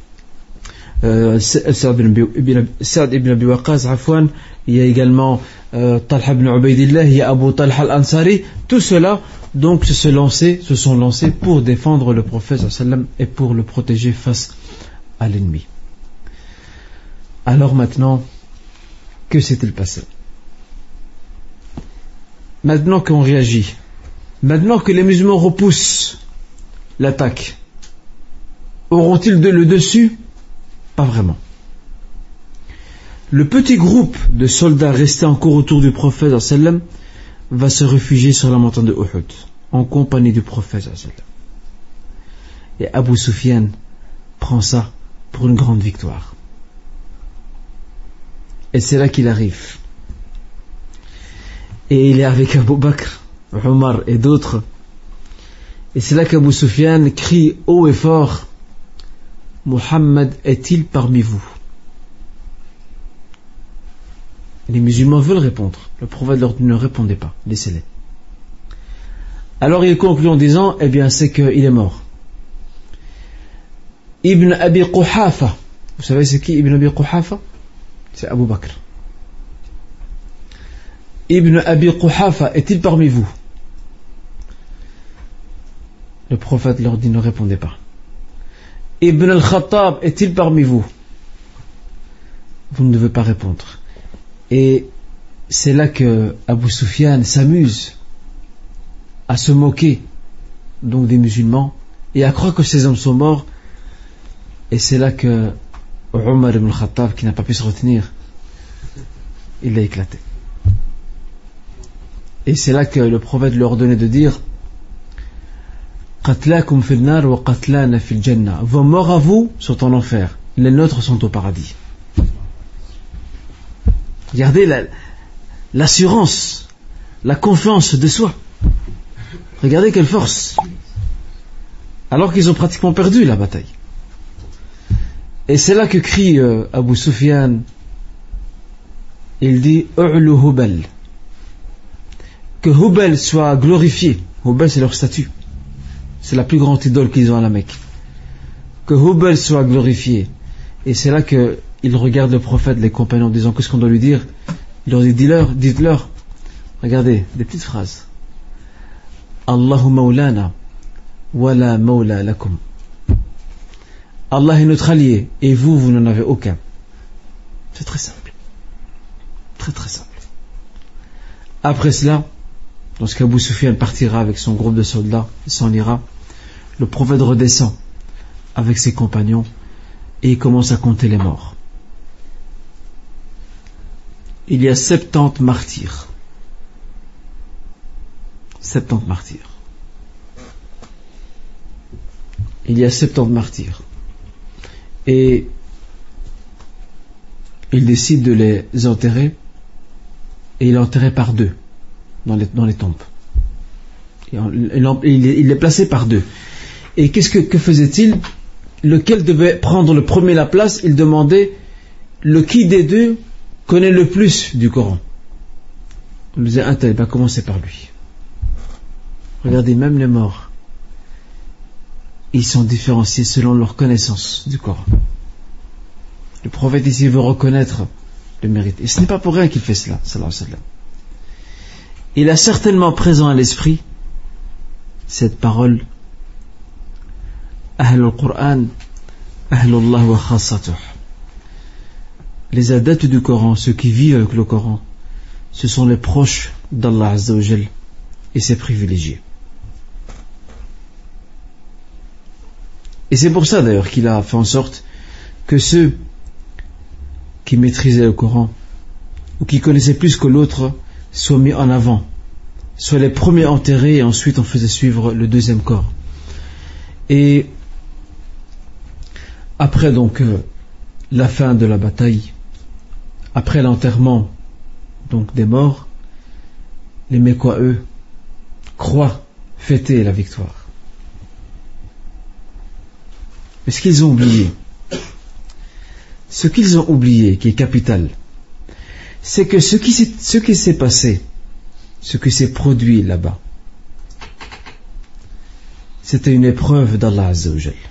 Sa'd ibn Abi Waqqas, Afwan, il y a également Talha ibn Ubaydillah, il y a Abu Talha al-Ansari. Tout cela donc se sont lancés pour défendre le prophète sallam et pour le protéger face à l'ennemi. Alors maintenant, que s'est-il passé? Maintenant qu'on réagit, maintenant que les musulmans repoussent l'attaque, auront-ils le dessus? Pas vraiment. Le petit groupe de soldats restés encore autour du prophète sallam va se réfugier sur la montagne de Uhud en compagnie du prophète sallam. Et Abu Sufyan prend ça pour une grande victoire. Et c'est là qu'il arrive. Et il est avec Abu Bakr, Omar et d'autres. Et c'est là qu'Abu Sufyan crie haut et fort: Muhammad est-il parmi vous? Les musulmans veulent répondre. Le prophète leur dit: ne répondez pas, laissez-les. Alors il conclut en disant: eh bien c'est qu'il est mort. Ibn Abi Quhafa, vous savez c'est qui Ibn Abi Quhafa? C'est Abu Bakr. Ibn Abi Quhafa est-il parmi vous? Le prophète leur dit: ne répondez pas. Ibn al-Khattab est-il parmi vous? Vous ne devez pas répondre. Et c'est là que Abu Sufyan s'amuse à se moquer donc des musulmans et à croire que ces hommes sont morts. Et c'est là que Omar ibn al-Khattab, qui n'a pas pu se retenir, il l'a éclaté. Et c'est là que le prophète leur ordonnait de dire: Qatlakum fil nar wa qatlana fil jannah. Vos morts à vous sont en enfer, les nôtres sont au paradis. Regardez l'assurance, la confiance de soi. Regardez quelle force. Alors qu'ils ont pratiquement perdu la bataille. Et c'est là que crie Abu Sufyan. Il dit: U'lu Hubal. Que Hubal soit glorifié. Hubal, c'est leur statue. C'est la plus grande idole qu'ils ont à la Mecque. Que Hubal soit glorifié. Et c'est là que il regarde le prophète, les compagnons, en disant: qu'est-ce qu'on doit lui dire? Il leur dit: dites-leur. Regardez, des petites phrases. Allahu maulana wa la maula lakum. Allah est notre allié et vous n'en avez aucun. C'est très simple. Très très simple. Après cela, lorsqu'Abu Sufyan partira avec son groupe de soldats, il s'en ira, le prophète redescend avec ses compagnons et il commence à compter les morts. Il y a 70 martyrs. 70 martyrs. Il y a 70 martyrs. Et il décide de les enterrer, et il est enterré par deux dans les tombes. Il est placé par deux. Et que faisait-il? Lequel devait prendre le premier la place? Il demandait qui des deux connaît le plus du Coran. On disait: un tel, va commencer par lui. Regardez, même les morts, ils sont différenciés selon leur connaissance du Coran. Le prophète ici veut reconnaître le mérite. Et ce n'est pas pour rien qu'il fait cela, sallallahu alayhi wa sallam. Il a certainement présent à l'esprit cette parole: Ahlul Qur'an, Ahlullah wa khassatuh. Les adeptes du Coran, ceux qui vivent avec le Coran, ce sont les proches d'Allah Azza wa Jal et ses privilégiés. Et c'est pour ça d'ailleurs qu'il a fait en sorte que ceux qui maîtrisaient le Coran ou qui connaissaient plus que l'autre soient mis en avant, soient les premiers enterrés, et ensuite on faisait suivre le deuxième corps. Et après donc la fin de la bataille, après l'enterrement donc des morts, les Mécois eux croient fêter la victoire. Mais ce qu'ils ont oublié, qui est capital, c'est que ce qui s'est passé, ce qui s'est produit là-bas, c'était une épreuve d'Allah Azza wa Jal.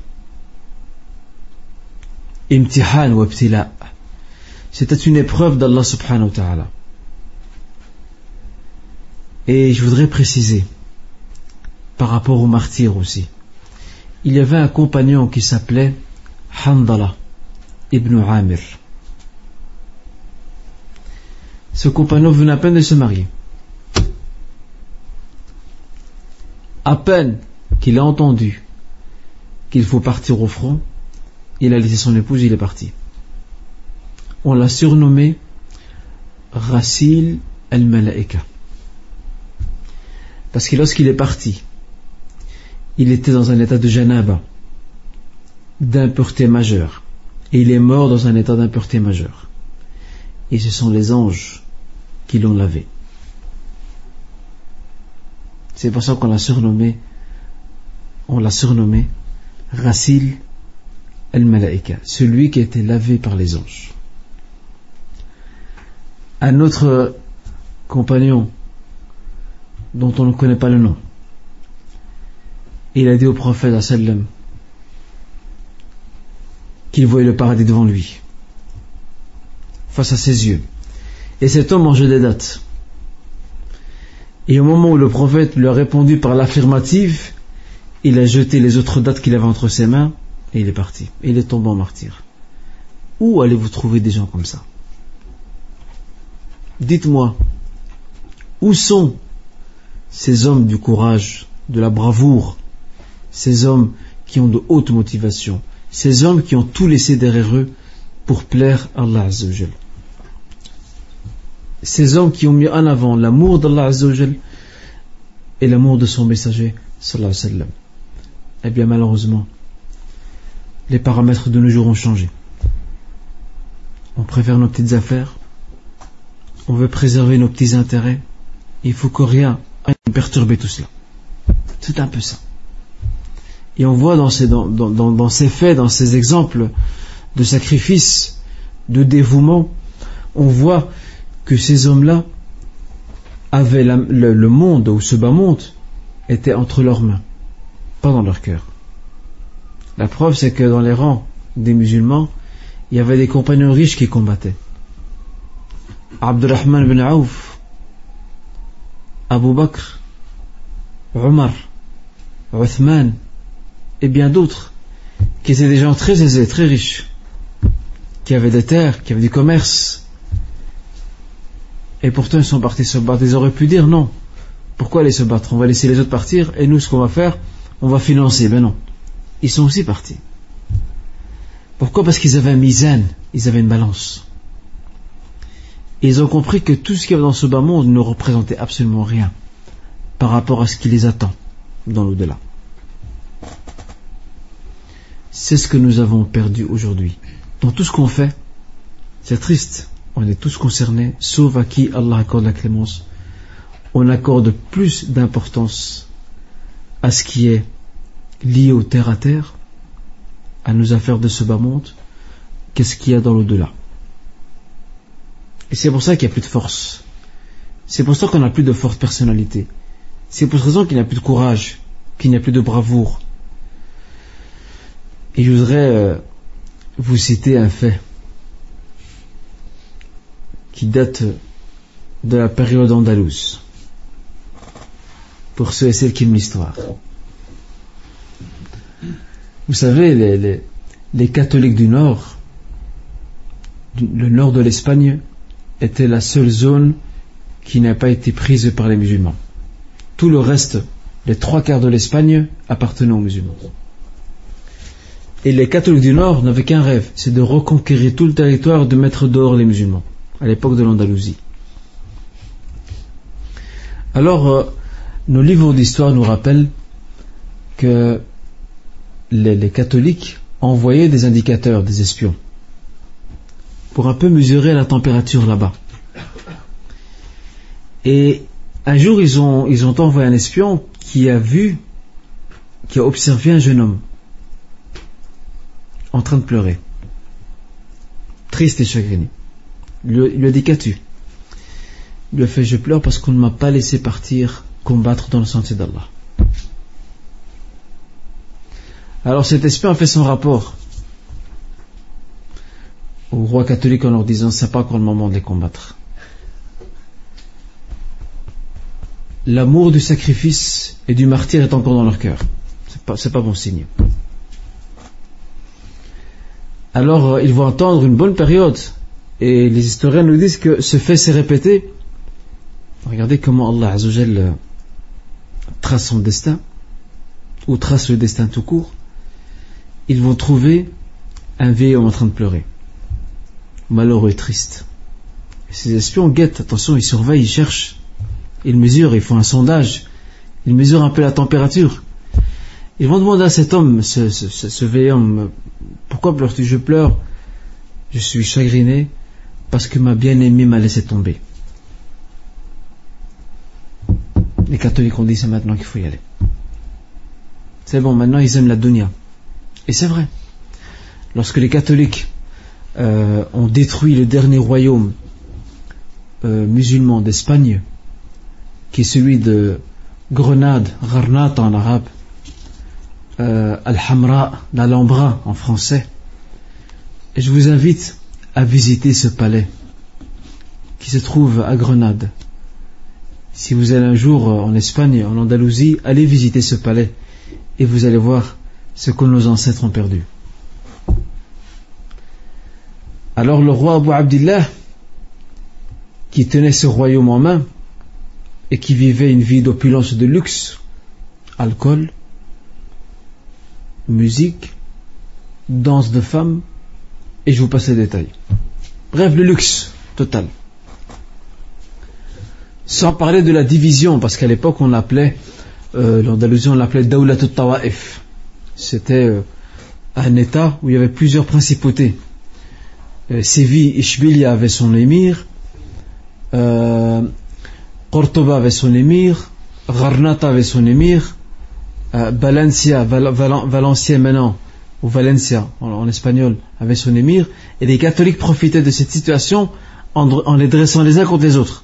Imtihan wa ibtila. C'était une épreuve d'Allah subhanahu wa ta'ala. Et je voudrais préciser, par rapport aux martyrs aussi, il y avait un compagnon qui s'appelait Handala ibn Amir. Ce compagnon venait à peine de se marier. À peine qu'il a entendu qu'il faut partir au front, il a laissé son épouse et il est parti. On l'a surnommé Ghassil al-Malaika. Parce que lorsqu'il est parti, il était dans un état de janaba, d'impureté majeure. Et il est mort dans un état d'impureté majeure. Et ce sont les anges qui l'ont lavé. C'est pour ça qu'on l'a surnommé Ghassil al-Malaika, celui qui a été lavé par les anges. Un autre compagnon dont on ne connaît pas le nom, il a dit au prophète sallam qu'il voyait le paradis devant lui, face à ses yeux. Et cet homme mangeait des dattes. Et au moment où le prophète lui a répondu par l'affirmative, il a jeté les autres dattes qu'il avait entre ses mains et il est parti. Et il est tombé en martyr. Où allez-vous trouver des gens comme ça? Dites-moi, où sont ces hommes du courage, de la bravoure, ces hommes qui ont de hautes motivations, ces hommes qui ont tout laissé derrière eux pour plaire à Allah Azza wa Jal, ces hommes qui ont mis en avant l'amour d'Allah Azza wa Jal et l'amour de son messager sallallahu alayhi wa sallam? Eh bien malheureusement, les paramètres de nos jours ont changé. On préfère nos petites affaires, on veut préserver nos petits intérêts, il faut que rien aille perturber tout cela. C'est un peu ça. Et on voit dans ces faits, dans ces exemples de sacrifice, de dévouement, on voit que ces hommes-là avaient le monde, ou ce bas monde, était entre leurs mains, pas dans leur cœur. La preuve, c'est que dans les rangs des musulmans, il y avait des compagnons riches qui combattaient. Abdurrahman ibn Auf, Abu Bakr, Omar, Uthman et bien d'autres qui étaient des gens très aisés, très riches, qui avaient des terres, qui avaient du commerce, et pourtant ils sont partis se battre. Ils auraient pu dire non, pourquoi aller se battre? On va laisser les autres partir et nous ce qu'on va faire, on va financer. Ben non, ils sont aussi partis. Pourquoi? Parce qu'ils avaient un mizan, ils avaient une balance. Et ils ont compris que tout ce qu'il y avait dans ce bas monde ne représentait absolument rien par rapport à ce qui les attend dans l'au-delà. C'est ce que nous avons perdu aujourd'hui. Dans tout ce qu'on fait, c'est triste. On est tous concernés, sauf à qui Allah accorde la clémence. On accorde plus d'importance à ce qui est lié au terre à terre, à nos affaires de ce bas monde, qu'est-ce qu'il y a dans l'au-delà. Et c'est pour ça qu'il n'y a plus de force. C'est pour ça qu'on n'a plus de forte personnalité. C'est pour cette raison qu'il n'y a plus de courage, qu'il n'y a plus de bravoure. Et je voudrais vous citer un fait qui date de la période andalouse, pour ceux et celles qui aiment l'histoire. Vous savez, les catholiques du nord, le nord de l'Espagne, était la seule zone qui n'a pas été prise par les musulmans. Tout le reste, les 3/4 de l'Espagne, appartenaient aux musulmans. Et les catholiques du nord n'avaient qu'un rêve, c'est de reconquérir tout le territoire, de mettre dehors les musulmans, à l'époque de l'Andalousie. Alors, nos livres d'histoire nous rappellent que les catholiques envoyaient des indicateurs, des espions, pour un peu mesurer la température là-bas. Et un jour, ils ont envoyé un espion qui a observé un jeune homme en train de pleurer, triste et chagriné. Il lui a dit: qu'as-tu? Il lui a fait: je pleure parce qu'on ne m'a pas laissé partir combattre dans le sentier d'Allah. Alors cet espion a fait son rapport au roi catholique en leur disant: c'est pas encore le moment de les combattre. L'amour du sacrifice et du martyr est encore dans leur cœur. C'est pas bon signe. Alors ils vont attendre une bonne période, et les historiens nous disent que ce fait s'est répété. Regardez comment Allah Azza wa Jal trace son destin, ou trace le destin tout court. Ils vont trouver un vieil homme en train de pleurer, malheureux et triste. Et ces espions guettent, attention, ils surveillent, ils cherchent, ils mesurent, ils font un sondage, ils mesurent un peu la température. Ils vont demander à cet homme, ce vieil homme, pourquoi pleures-tu? Je pleure, je suis chagriné parce que ma bien-aimée m'a laissé tomber. Les catholiques ont dit c'est maintenant qu'il faut y aller. C'est bon, maintenant ils aiment la dunya. Et c'est vrai. Lorsque les catholiques ont détruit le dernier royaume musulman d'Espagne, qui est celui de Grenade, Gharnata en arabe, Al-Hamra, l'Alhambra en français, et je vous invite à visiter ce palais qui se trouve à Grenade. Si vous allez un jour en Espagne, en Andalousie, allez visiter ce palais et vous allez voir ce que nos ancêtres ont perdu. Alors le roi Abu Abdillah, qui tenait ce royaume en main et qui vivait une vie d'opulence, de luxe, alcool, musique, danse de femmes, et je vous passe les détails. Bref, le luxe total. Sans parler de la division, parce qu'à l'époque on appelait l'Andalousie, on l'appelait Dawlat al-Tawa'if. C'était un état où il y avait plusieurs principautés. Séville, Ishbilia avait son émir, Cordoba avait son émir, Gharnata avait son émir, Valencia maintenant, ou Valencia en espagnol, avait son émir, et les catholiques profitaient de cette situation en les dressant les uns contre les autres.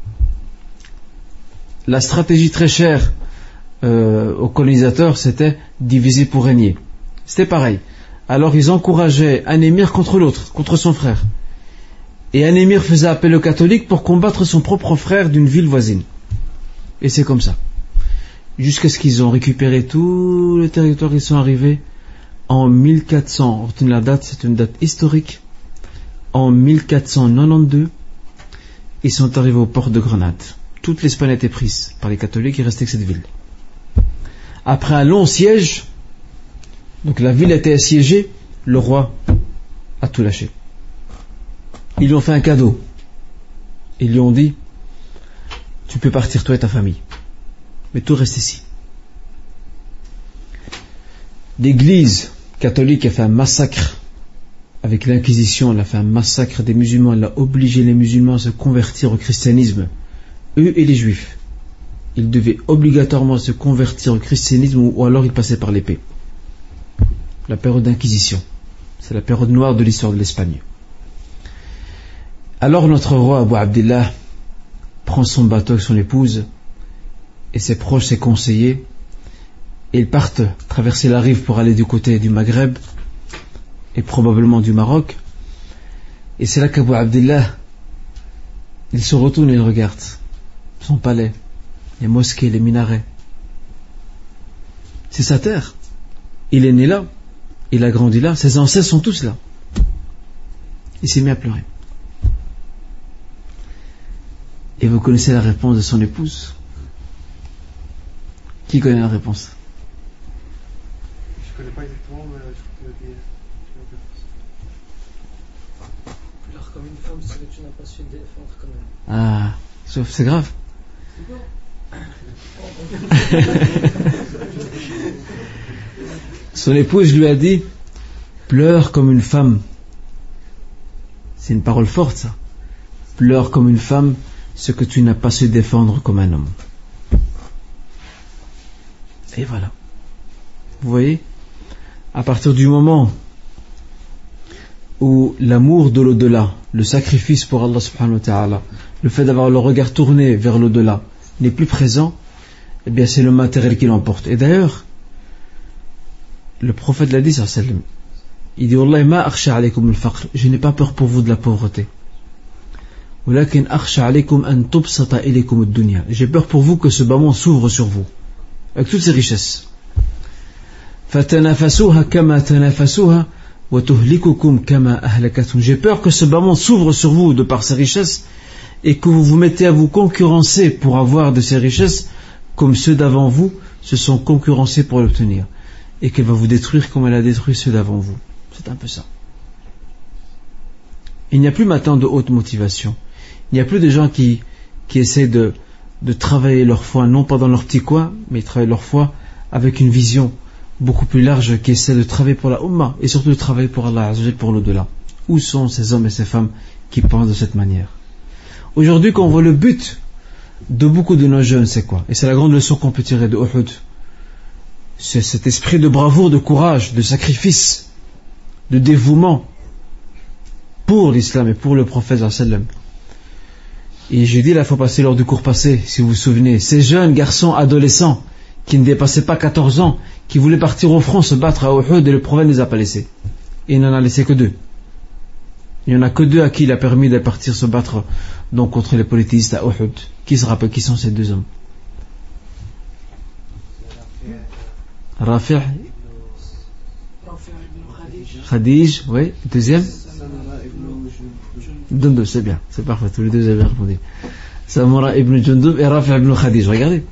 La stratégie très chère aux colonisateurs, c'était diviser pour régner. C'était pareil. Alors ils encourageaient un émir contre l'autre, contre son frère. Et un émir faisait appel aux catholiques pour combattre son propre frère d'une ville voisine. Et c'est comme ça. Jusqu'à ce qu'ils ont récupéré tout le territoire, ils sont arrivés en 1400. Retenez la date, c'est une date historique. En 1492, ils sont arrivés au port de Grenade. Toute l'Espagne a été prise par les catholiques, il restait que cette ville. Après un long siège, donc la ville a été assiégée, le roi a tout lâché. Ils lui ont fait un cadeau. Ils lui ont dit, tu peux partir toi et ta famille, mais tout reste ici. L'Église catholique a fait un massacre avec l'Inquisition, elle a fait un massacre des musulmans, elle a obligé les musulmans à se convertir au christianisme. Eux et les juifs, ils devaient obligatoirement se convertir au christianisme ou alors ils passaient par l'épée. La période d'Inquisition, c'est la période noire de l'histoire de l'Espagne. Alors notre roi Abu Abdillah prend son bateau avec son épouse et ses proches, ses conseillers, et ils partent traverser la rive pour aller du côté du Maghreb et probablement du Maroc. Et c'est là qu'Abu Abdillah, il se retourne et il regarde son palais, les mosquées, les minarets. C'est sa terre. Il est né là, il a grandi là, ses ancêtres sont tous là. Il s'est mis à pleurer. Et vous connaissez la réponse de son épouse? Qui connaît la réponse? Je connais pas exactement, mais je crois que Pleure comme une femme, c'est que tu n'as pas su défendre quand même. Ah, sauf c'est grave. Son épouse lui a dit, pleure comme une femme. C'est une parole forte, ça. Pleure comme une femme ce que tu n'as pas su défendre comme un homme. Et voilà. Vous voyez, à partir du moment où l'amour de l'au-delà, le sacrifice pour Allah subhanahu wa ta'ala, le fait d'avoir le regard tourné vers l'au-delà n'est plus présent, eh bien c'est le matériel qui l'emporte. Et d'ailleurs, le prophète l'a dit, il dit, Wallahi ma akhsha alaykum al-faqr, je n'ai pas peur pour vous de la pauvreté. Walakin akhsha alaykum an tubsata ilaykum ad-dunya. J'ai peur pour vous que ce bas monde s'ouvre sur vous, avec toutes ses richesses. Fatanafasuha kama tanafasuha وَتُهْلِكُكُمْ كَمَا أَهْلَكَتْهُمْ. J'ai peur que ce bas monde s'ouvre sur vous de par ses richesses et que vous vous mettez à vous concurrencer pour avoir de ces richesses comme ceux d'avant vous se sont concurrencés pour l'obtenir, et qu'elle va vous détruire comme elle a détruit ceux d'avant vous. C'est un peu ça. Il n'y a plus maintenant de haute motivation. Il n'y a plus de gens qui essaient de travailler leur foi, non pas dans leur petit coin, mais ils travaillent leur foi avec une vision beaucoup plus large, qui essaie de travailler pour la Ummah et surtout de travailler pour Allah Azza wa Jalla, pour l'au-delà. Où sont ces hommes et ces femmes qui pensent de cette manière? Aujourd'hui, quand on voit le but de beaucoup de nos jeunes, c'est quoi? Et c'est la grande leçon qu'on peut tirer de Uhud. C'est cet esprit de bravoure, de courage, de sacrifice, de dévouement pour l'islam et pour le prophète sallallahu alayhi wa sallam. Et j'ai dit la fois passée, lors du cours passé, si vous vous souvenez, ces jeunes garçons adolescents qui ne dépassaient pas 14 ans, qui voulaient partir au front se battre à Uhud, et le prophète ne les a pas laissés. Et il n'en a laissé que 2. Il n'y en a que 2 à qui il a permis de partir se battre donc contre les polythéistes à Uhud. Qui se rappelle qui sont ces 2 hommes? Rafi' Khadij, oui. Deuxième Jundub, c'est bien, c'est parfait, tous les 2 avez répondu. Samura ibn Jundub et Rafi' ibn Khadij, regardez.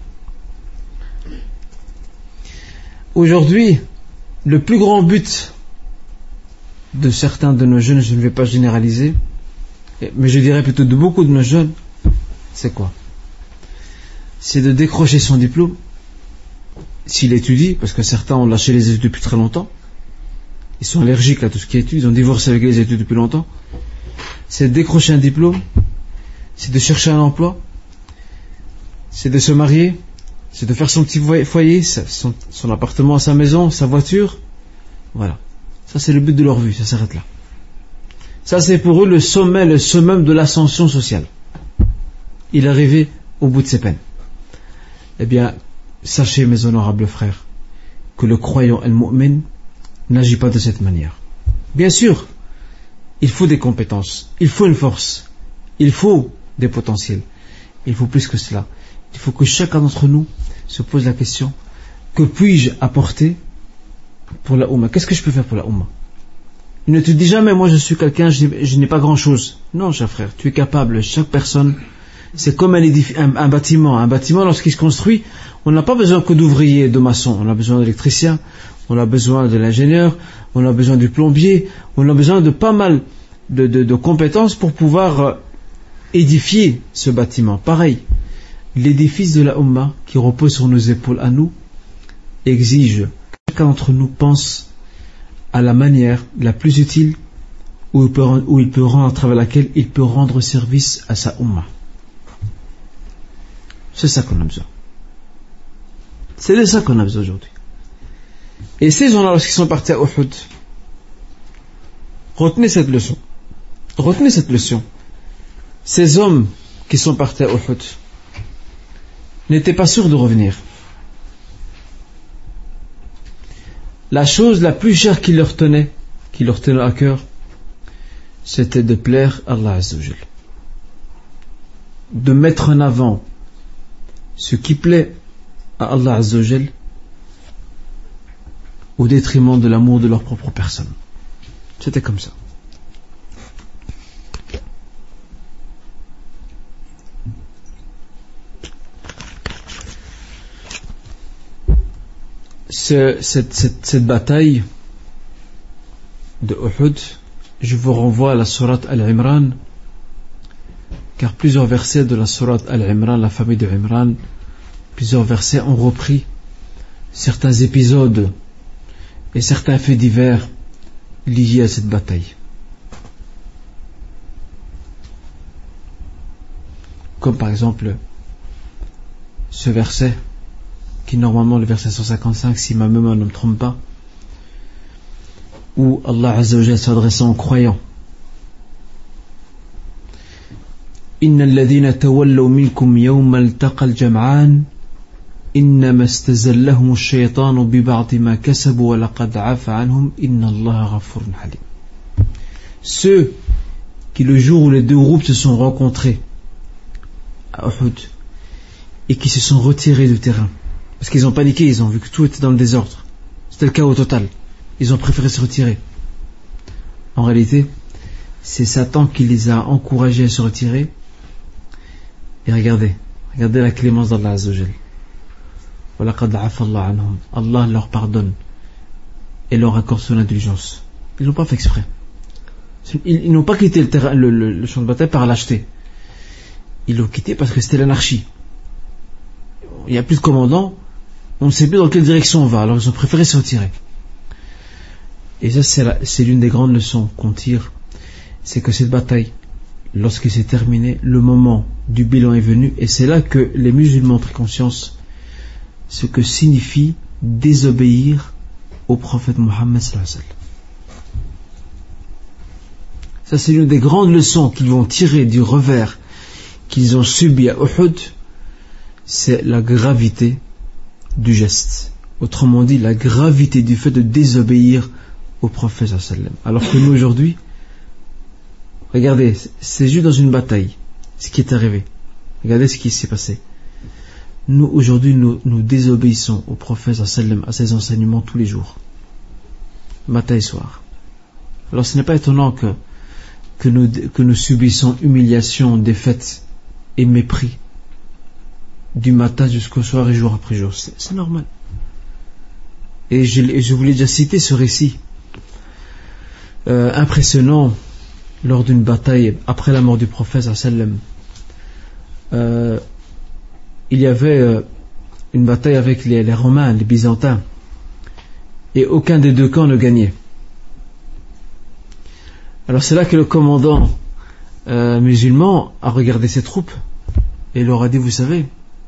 Aujourd'hui, le plus grand but de certains de nos jeunes, je ne vais pas généraliser, mais je dirais plutôt de beaucoup de nos jeunes, c'est quoi? C'est de décrocher son diplôme, s'il étudie, parce que certains ont lâché les études depuis très longtemps, ils sont allergiques à tout ce qui est études, ils ont divorcé avec les études depuis longtemps. C'est de décrocher un diplôme, c'est de chercher un emploi, c'est de se marier, c'est de faire son petit foyer, son appartement, sa maison, sa voiture. Voilà. Ça, c'est le but de leur vie, ça s'arrête là. Ça, c'est pour eux le sommet, le summum de l'ascension sociale. Il est arrivé au bout de ses peines. Eh bien, sachez, mes honorables frères, que le croyant al-mu'min n'agit pas de cette manière. Bien sûr, il faut des compétences, il faut une force, il faut des potentiels. Il faut plus que cela. Il faut que chacun d'entre nous se pose la question: que puis-je apporter pour la Ummah? Qu'est-ce que je peux faire pour la Ummah? Il ne te dit jamais: moi je suis quelqu'un, je n'ai pas grand chose. Non, cher frère, tu es capable. Chaque personne, c'est comme un bâtiment. Un bâtiment, lorsqu'il se construit, on n'a pas besoin que d'ouvriers, de maçons. On a besoin d'électriciens, on a besoin de l'ingénieur, on a besoin du plombier, on a besoin de pas mal de compétences pour pouvoir édifier ce bâtiment. Pareil, l'édifice de la Ummah qui repose sur nos épaules à nous exige que chacun d'entre nous pense à la manière la plus utile où il peut rendre, à travers laquelle il peut rendre service à sa Ummah. C'est ça qu'on a besoin. C'est de ça qu'on a besoin aujourd'hui. Et ces gens-là, lorsqu'ils sont partis à Uhud, retenez cette leçon. Retenez cette leçon. Ces hommes qui sont partis à Uhud n'étaient pas sûrs de revenir. La chose la plus chère qui leur tenait à cœur, c'était de plaire à Allah Azza wa Jalla, de mettre en avant ce qui plaît à Allah Azza wa Jalla au détriment de l'amour de leur propre personne. C'était comme ça. Cette bataille de Uhud, je vous renvoie à la sourate Al-Imran, car plusieurs versets de la sourate Al-Imran, la famille de Imran, plusieurs versets ont repris certains épisodes et certains faits divers liés à cette bataille. Comme par exemple ce verset, qui est normalement le verset 155, si ma mémoire ne me trompe pas, où Allah Azza wa Jalla s'adressant aux croyants: Inna alladhina tawallaw minkum yawma altaqa al-jam'an innama istazallahum ash-shaytanu bi ba'di ma kasabu wa laqad 'afa 'anhum inna Allaha ghafurun halim. Ceux qui, le jour où les deux groupes se sont rencontrés à Uhud et qui se sont retirés du terrain, parce qu'ils ont paniqué, ils ont vu que tout était dans le désordre, c'était le chaos total, ils ont préféré se retirer. En réalité, c'est Satan qui les a encouragés à se retirer. Et regardez la clémence d'Allah Azza wa Jal. وَلَقَدْ عَفَى اللَّهُ عَنْهُمْ. Allah leur pardonne et leur accorde son indulgence. Ils n'ont pas fait exprès. Ils n'ont pas quitté le champ de bataille par lâcheté. Ils l'ont quitté parce que c'était l'anarchie. Il n'y a plus de commandant, on ne sait plus dans quelle direction on va, alors ils ont préféré se retirer. Et ça, c'est l'une des grandes leçons qu'on tire, c'est que cette bataille, lorsqu'elle s'est terminée, le moment du bilan est venu, et c'est là que les musulmans ont pris conscience ce que signifie désobéir au prophète Mohammed sallallahu alayhi wa sallam. Ça, c'est l'une des grandes leçons qu'ils vont tirer du revers qu'ils ont subi à Uhud, c'est la gravité du geste. Autrement dit, la gravité du fait de désobéir au prophète sallallahu alayhi wa sallam. Alors que nous aujourd'hui, regardez, c'est juste dans une bataille ce qui est arrivé. Regardez ce qui s'est passé. Nous aujourd'hui, nous désobéissons au prophète sallallahu alayhi wa sallam, à ses enseignements tous les jours, matin et soir. Alors ce n'est pas étonnant que nous subissons humiliation, défaite et mépris du matin jusqu'au soir et jour après jour. C'est normal. Et je vous l'ai déjà cité, ce récit impressionnant lors d'une bataille après la mort du prophète sallallahu alayhi wa sallam. Il y avait une bataille avec les Romains, les Byzantins, et aucun des deux camps ne gagnait. Alors c'est là que le commandant musulman a regardé ses troupes et leur a dit, vous savez,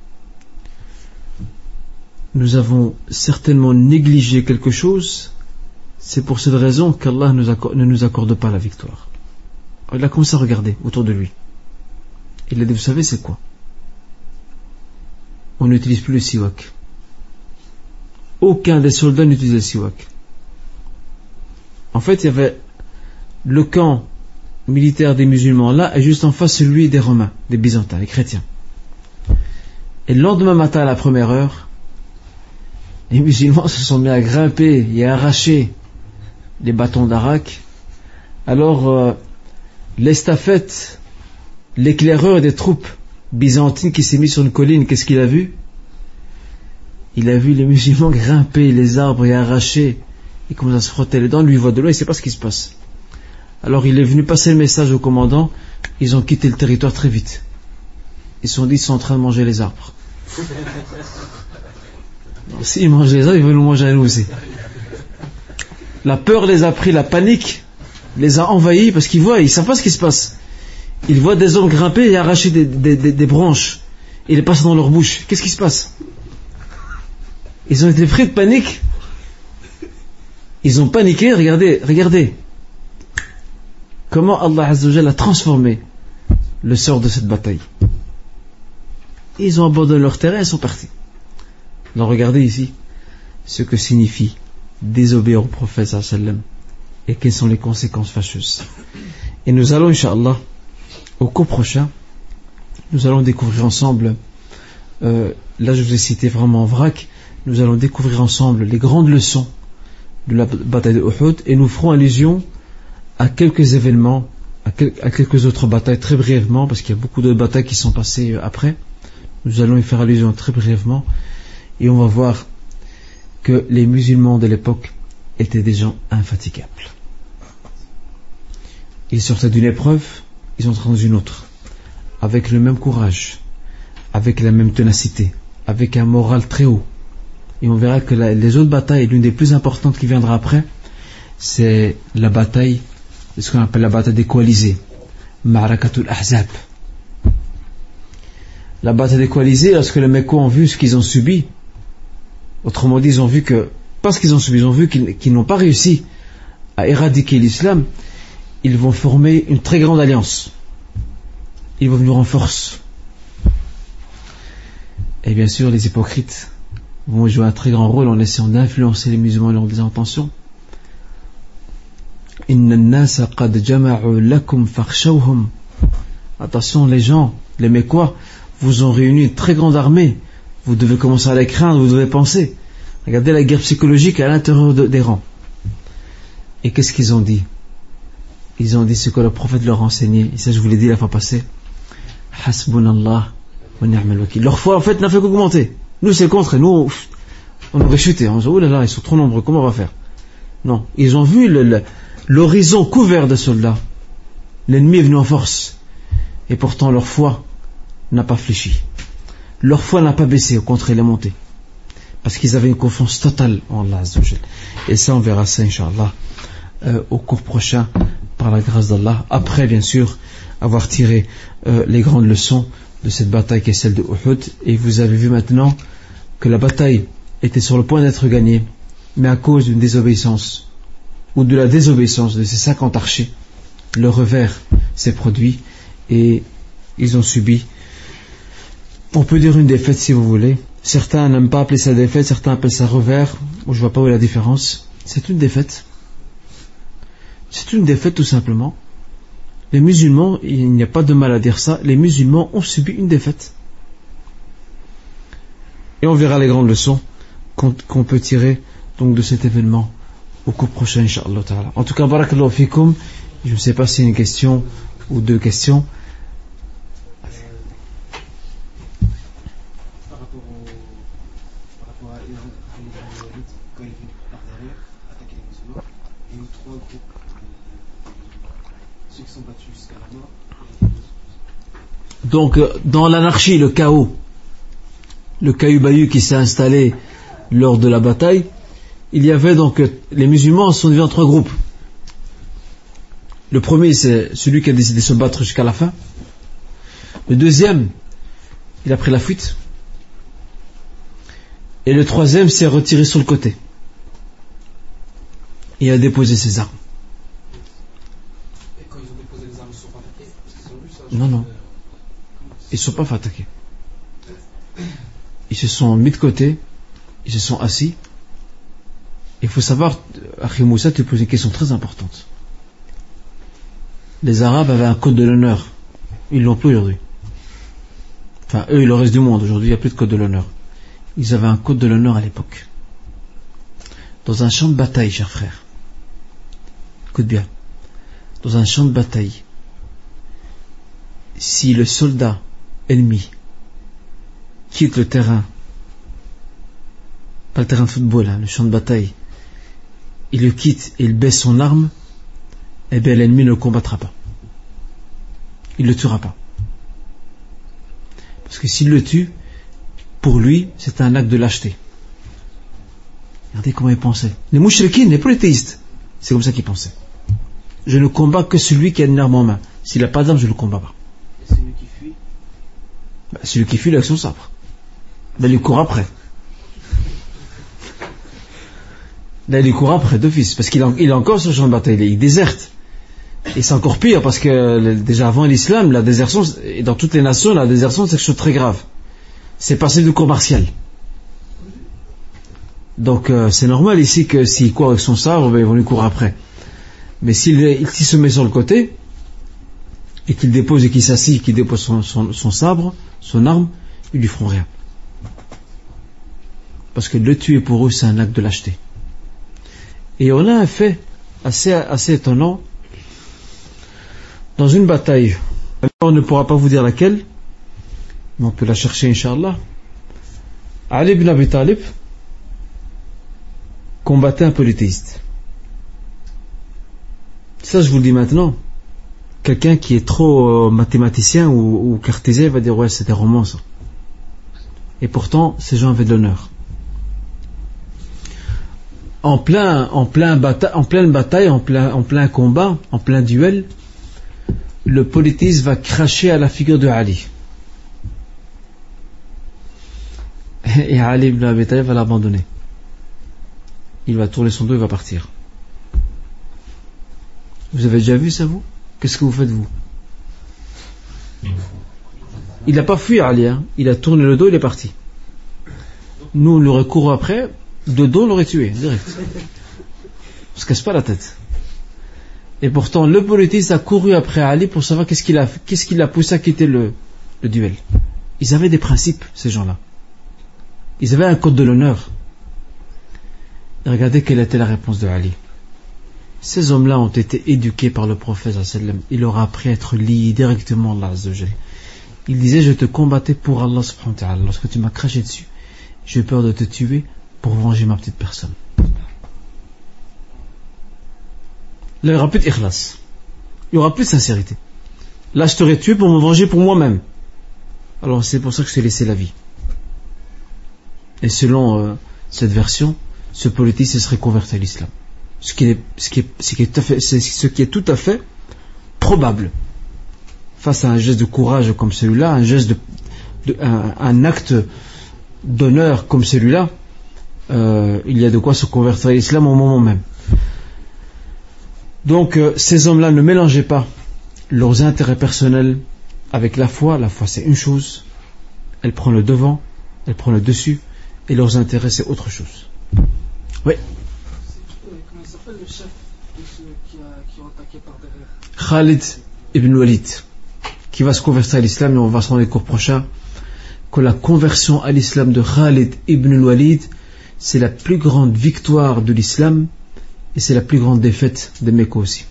nous avons certainement négligé quelque chose, c'est pour cette raison qu'Allah ne nous accorde pas la victoire. Alors, il a commencé à regarder autour de lui. Il a dit, vous savez c'est quoi? On n'utilise plus le siwak. Aucun des soldats n'utilise le siwak. En fait, il y avait le camp militaire des musulmans là, et juste en face celui des Romains, des Byzantins, les chrétiens. Et le lendemain matin à la première heure, les musulmans se sont mis à grimper et à arracher les bâtons d'arak. Alors l'estafette, l'éclaireur des troupes byzantines qui s'est mis sur une colline, qu'est-ce qu'il a vu? Il a vu les musulmans grimper les arbres et arracher. Il commence à se frotter les dents, lui il voit de loin, il ne sait pas ce qui se passe. Alors il est venu passer le message au commandant. Ils ont quitté le territoire très vite. Ils se sont dit, ils sont en train de manger les arbres. S'ils mangent les arbres, ils veulent nous manger à nous aussi. La peur les a pris, la panique les a envahis, parce qu'ils voient, ils ne savent pas ce qui se passe. Ils voient des hommes grimper et arracher des branches et les passer dans leur bouche. Qu'est-ce qui se passe? Ils ont été pris de panique. Ils ont paniqué. Regardez comment Allah Azza wa Jalla a transformé le sort de cette bataille. Ils ont abandonné leur terrain et sont partis. Alors regardez ici ce que signifie désobéir au prophète sallallahu alayhi wa sallam et quelles sont les conséquences fâcheuses. Et nous allons, Inch'Allah, au cours prochain, nous allons découvrir ensemble, là je vous ai cité vraiment en vrac, nous allons découvrir ensemble les grandes leçons de la bataille de Uhud, et nous ferons allusion à quelques événements, à quelques autres batailles très brièvement, parce qu'il y a beaucoup d'autres batailles qui sont passées après. Nous allons y faire allusion très brièvement, et on va voir que les musulmans de l'époque étaient des gens infatigables. Ils sortaient d'une épreuve, ils entraient dans une autre, avec le même courage, avec la même ténacité, avec un moral très haut. Et on verra que les autres batailles, l'une des plus importantes qui viendra après, c'est la bataille, ce qu'on appelle la bataille des coalisés, Ma'rakatul Ahzab. La bataille des coalisés, lorsque les Mécois ont vu ce qu'ils ont subi, autrement dit, ils ont vu que, parce qu'ils ont subi, ils ont vu qu'ils n'ont pas réussi à éradiquer l'islam, ils vont former une très grande alliance. Ils vont venir en force. Et bien sûr, les hypocrites vont jouer un très grand rôle en essayant d'influencer les musulmans et leurs intentions. Inna an-nasa qad jama'u lakum fakhshawhum. Attention, les gens, les Mécois, vous ont réuni une très grande armée. Vous devez commencer à les craindre, vous devez penser. Regardez la guerre psychologique à l'intérieur des rangs. Et qu'est-ce qu'ils ont dit? Ils ont dit ce que le prophète leur enseignait. Et ça, je vous l'ai dit la fois passée. Hasbunallah wa ni'mal wakil. Leur foi, en fait, n'a fait qu'augmenter. Nous, c'est le contraire. Nous, on aurait chuté. On se dit, oh là là, ils sont trop nombreux, comment on va faire? Non. Ils ont vu l'horizon couvert de soldats. L'ennemi est venu en force. Et pourtant, leur foi n'a pas fléchi. Leur foi n'a pas baissé, au contraire, elle est montée. Parce qu'ils avaient une confiance totale en Allah Azza wa Jal. Et ça, on verra ça, Inch'Allah, au cours prochain, par la grâce d'Allah. Après, bien sûr, avoir tiré les grandes leçons de cette bataille qui est celle de Uhud. Et vous avez vu maintenant que la bataille était sur le point d'être gagnée, mais à cause d'une désobéissance, ou de la désobéissance de ces 50 archers, le revers s'est produit et ils ont subi, on peut dire une défaite si vous voulez. Certains n'aiment pas appeler ça défaite, certains appellent ça revers. Moi, je vois pas où est la différence. C'est une défaite. C'est une défaite tout simplement. Les musulmans, il n'y a pas de mal à dire ça, les musulmans ont subi une défaite. Et on verra les grandes leçons qu'on peut tirer donc de cet événement au cours prochain, Inch'Allah Ta'ala. En tout cas, barakallahu fikum. Je ne sais pas s'il y a une question ou deux questions. Par rapport à Walid, quand il est venu par derrière, attaquer les musulmans, il y a eu 3 groupes. Ceux qui sont battus jusqu'à la mort. Donc, dans l'anarchie, le chaos, le caillou-baillou qui s'est installé lors de la bataille, il y avait donc, les musulmans sont divisés en 3 groupes. Le premier, c'est celui qui a décidé de se battre jusqu'à la fin. Le deuxième, il a pris la fuite. Et le troisième s'est retiré sur le côté. Et a déposé ses armes. Et quand ils ont déposé les armes, ils ne sont pas attaqués? Parce qu'ils ont vu ça. Non, non. Ils ne se sont pas fait attaquer. Ils se sont mis de côté. Ils se sont assis. Il faut savoir, Akhi Moussa, tu poses une question très importante. Les Arabes avaient un code de l'honneur. Ils l'ont plus aujourd'hui. Enfin, eux, le reste du monde. Aujourd'hui, il n'y a plus de code de l'honneur. Ils avaient un code de l'honneur à l'époque. Dans un champ de bataille, chers frères. Écoute bien. Dans un champ de bataille, si le soldat ennemi quitte le terrain, pas le terrain de football, le champ de bataille, il le quitte et il baisse son arme, eh bien l'ennemi ne le combattra pas. Il ne le tuera pas. Parce que s'il le tue, pour lui, c'est un acte de lâcheté. Regardez comment il pensait. Les mouchriquines, les polythéistes, c'est comme ça qu'ils pensaient. Je ne combats que celui qui a une arme en main. S'il n'a pas d'arme, je ne le combats pas. Et celui qui fuit? Celui qui fuit, il a avec son sabre. Là, il court après. Là, il court après d'office. Parce qu'il est encore sur le champ de bataille. Il déserte. Et c'est encore pire parce que déjà avant l'islam, la désertion, et dans toutes les nations, la désertion c'est quelque chose de très grave. C'est passé du cours martial. Donc c'est normal ici que s'il court avec son sabre, ben, ils vont lui courir après. Mais s'il se met sur le côté et qu'il dépose et qu'il s'assit, qu'il dépose son sabre, son arme, ils lui feront rien. Parce que le tuer pour eux c'est un acte de lâcheté. Et on a un fait assez étonnant. Dans une bataille, on ne pourra pas vous dire laquelle, mais on peut la chercher, Inch'Allah. Ali ibn Abi Talib combattait un polythéiste. Ça, je vous le dis maintenant. Quelqu'un qui est trop mathématicien ou cartésien va dire ouais, c'est des romans ça. Et pourtant, ces gens avaient de l'honneur. En pleine bataille, en plein combat, en plein duel, le polythéiste va cracher à la figure de Ali. Et Ali ibn Abi Talib va l'abandonner. Il va tourner son dos et va partir. Vous avez déjà vu ça, vous? Qu'est-ce que vous faites, vous? Il n'a pas fui Ali, hein. Il a tourné le dos, il est parti. Nous, on l'aurait couru après, de dos, on l'aurait tué, direct. On se casse pas la tête. Et pourtant, le polythéiste a couru après Ali pour savoir qu'est-ce qui l'a poussé à quitter le duel. Ils avaient des principes, ces gens-là. Ils avaient un code de l'honneur. Et regardez quelle était la réponse de Ali. Ces hommes-là ont été éduqués par le prophète sallallahu alayhi wa sallam. Il leur a appris à être liés directement à Allah azza wa jalla. Il disait, je te combattais pour Allah subhanahu wa ta'ala. Lorsque tu m'as craché dessus, j'ai peur de te tuer pour venger ma petite personne. Là, il n'y aura plus d'ikhlas. Il n'y aura plus de sincérité. Là, je t'aurais tué pour me venger pour moi-même. Alors, c'est pour ça que je t'ai laissé la vie. Et selon cette version, ce politique se serait converti à l'islam. Ce qui est tout à fait probable. Face à un geste de courage comme celui-là, un geste un acte d'honneur comme celui-là, il y a de quoi se convertir à l'islam au moment même. Donc ces hommes-là ne mélangeaient pas leurs intérêts personnels avec la foi. La foi c'est une chose, elle prend le devant, elle prend le dessus, et leurs intérêts c'est autre chose. Oui. Comment il s'appelle le chef de ceux qui ont attaqué par derrière? Khalid ibn Walid, qui va se convertir à l'islam, et on va se rendre les cours prochains, que la conversion à l'islam de Khalid ibn Walid, c'est la plus grande victoire de l'islam, et c'est la plus grande défaite de Mecca aussi.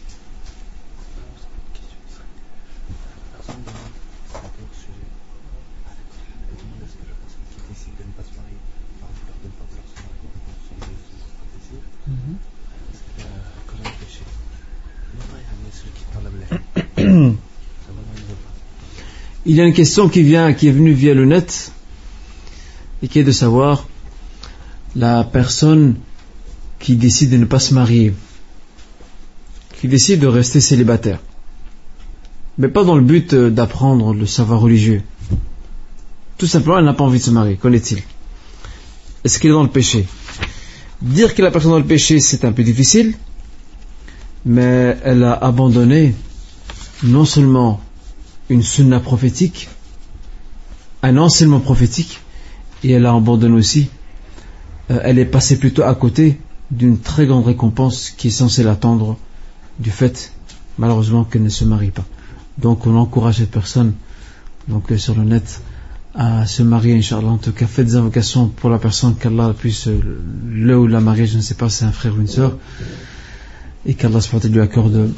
Il y a une question qui est venue via le net et qui est de savoir la personne qui décide de ne pas se marier, qui décide de rester célibataire, mais pas dans le but d'apprendre le savoir religieux. Tout simplement, elle n'a pas envie de se marier. Qu'en est-il? Est-ce qu'elle est dans le péché? Dire que la personne est dans le péché, c'est un peu difficile, mais elle a abandonné non seulement une sunna prophétique, un enseignement prophétique, et elle a abandonné aussi, elle est passée plutôt à côté d'une très grande récompense qui est censée l'attendre du fait, malheureusement, qu'elle ne se marie pas. Donc on encourage cette personne sur le net à se marier, Inch'Allah. En tout cas, faites des invocations pour la personne, qu'Allah puisse le ou la marier, je ne sais pas si c'est un frère ou une sœur, et qu'Allah lui accorde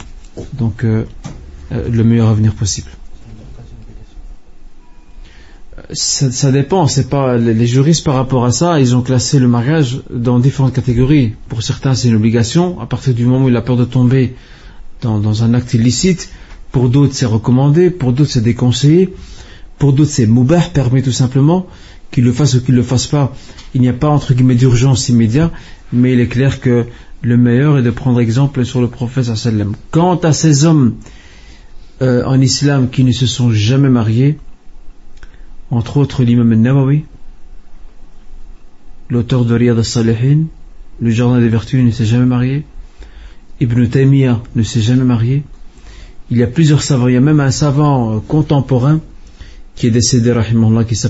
le meilleur avenir possible. Ça dépend, c'est pas les juristes par rapport à ça, ils ont classé le mariage dans différentes catégories. Pour certains c'est une obligation à partir du moment où il a peur de tomber dans un acte illicite. Pour d'autres c'est recommandé, pour d'autres c'est déconseillé, pour d'autres c'est mubah, permis tout simplement. Qu'il le fasse ou qu'il le fasse pas, il n'y a pas entre guillemets d'urgence immédiate, mais il est clair que le meilleur est de prendre exemple sur le prophète sallallahu alayhi wa sallam. Quant à ces hommes en islam qui ne se sont jamais mariés, entre autres l'imam al-Nawawi, l'auteur de Riyad al-Salihin, le jardin des vertus, ne s'est jamais marié. Ibn Taymiyyah ne s'est jamais marié. Il y a plusieurs savants, il y a même un savant contemporain qui est décédé, rahimahullah, qui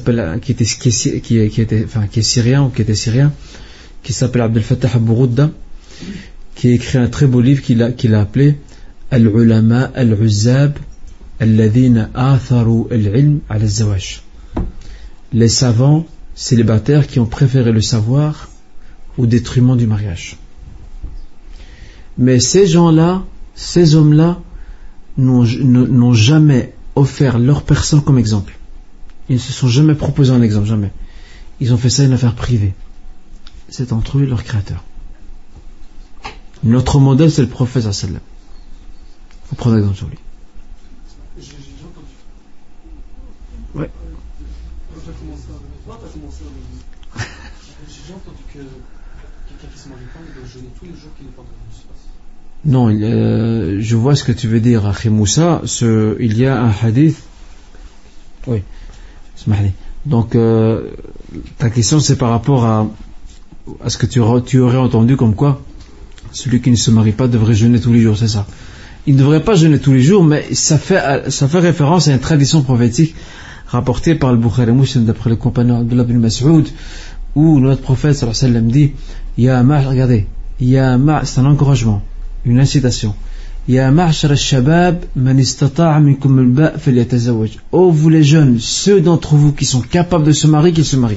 est syrien, qui s'appelle Abdel Fattah Abu Ghudda, qui a écrit un très beau livre qu'il a appelé Al-Ulama Al-Uzzab Alladhina Atharu Al-Ilm Ala Al-Zawaj. Les savants célibataires qui ont préféré le savoir au détriment du mariage. Mais ces gens-là, ces hommes-là, n'ont jamais offert leur personne comme exemple. Ils ne se sont jamais proposé un exemple, jamais. Ils ont fait ça une affaire privée. C'est entre eux et leur créateur. Notre modèle, c'est le prophète sallallahu alayhi wa sallam. Faut prendre exemple sur lui. J'ai déjà entendu. Ouais. J'ai déjà entendu que quelqu'un qui se marie pas, il doit jeûner tous les jours qu'il n'est pas marié. Je sais pas si... Non, je vois ce que tu veux dire, Akhi Moussa. Il y a un hadith. Oui. Donc, ta question, c'est par rapport à ce que tu aurais entendu comme quoi celui qui ne se marie pas devrait jeûner tous les jours, c'est ça. Il ne devrait pas jeûner tous les jours, mais ça fait référence à une tradition prophétique rapportée par le Bukhari et Muslim d'après le compagnon Abdullah bin Mas'ud, où notre prophète sallallahu alayhi wa sallam dit regardez, c'est un encouragement, une incitation. Ya ma'shar al-shabab man istata'a minkum al-ba' falyatazawwaj. Oh vous les jeunes, ceux d'entre vous qui sont capables de se marier, qu'ils se marient.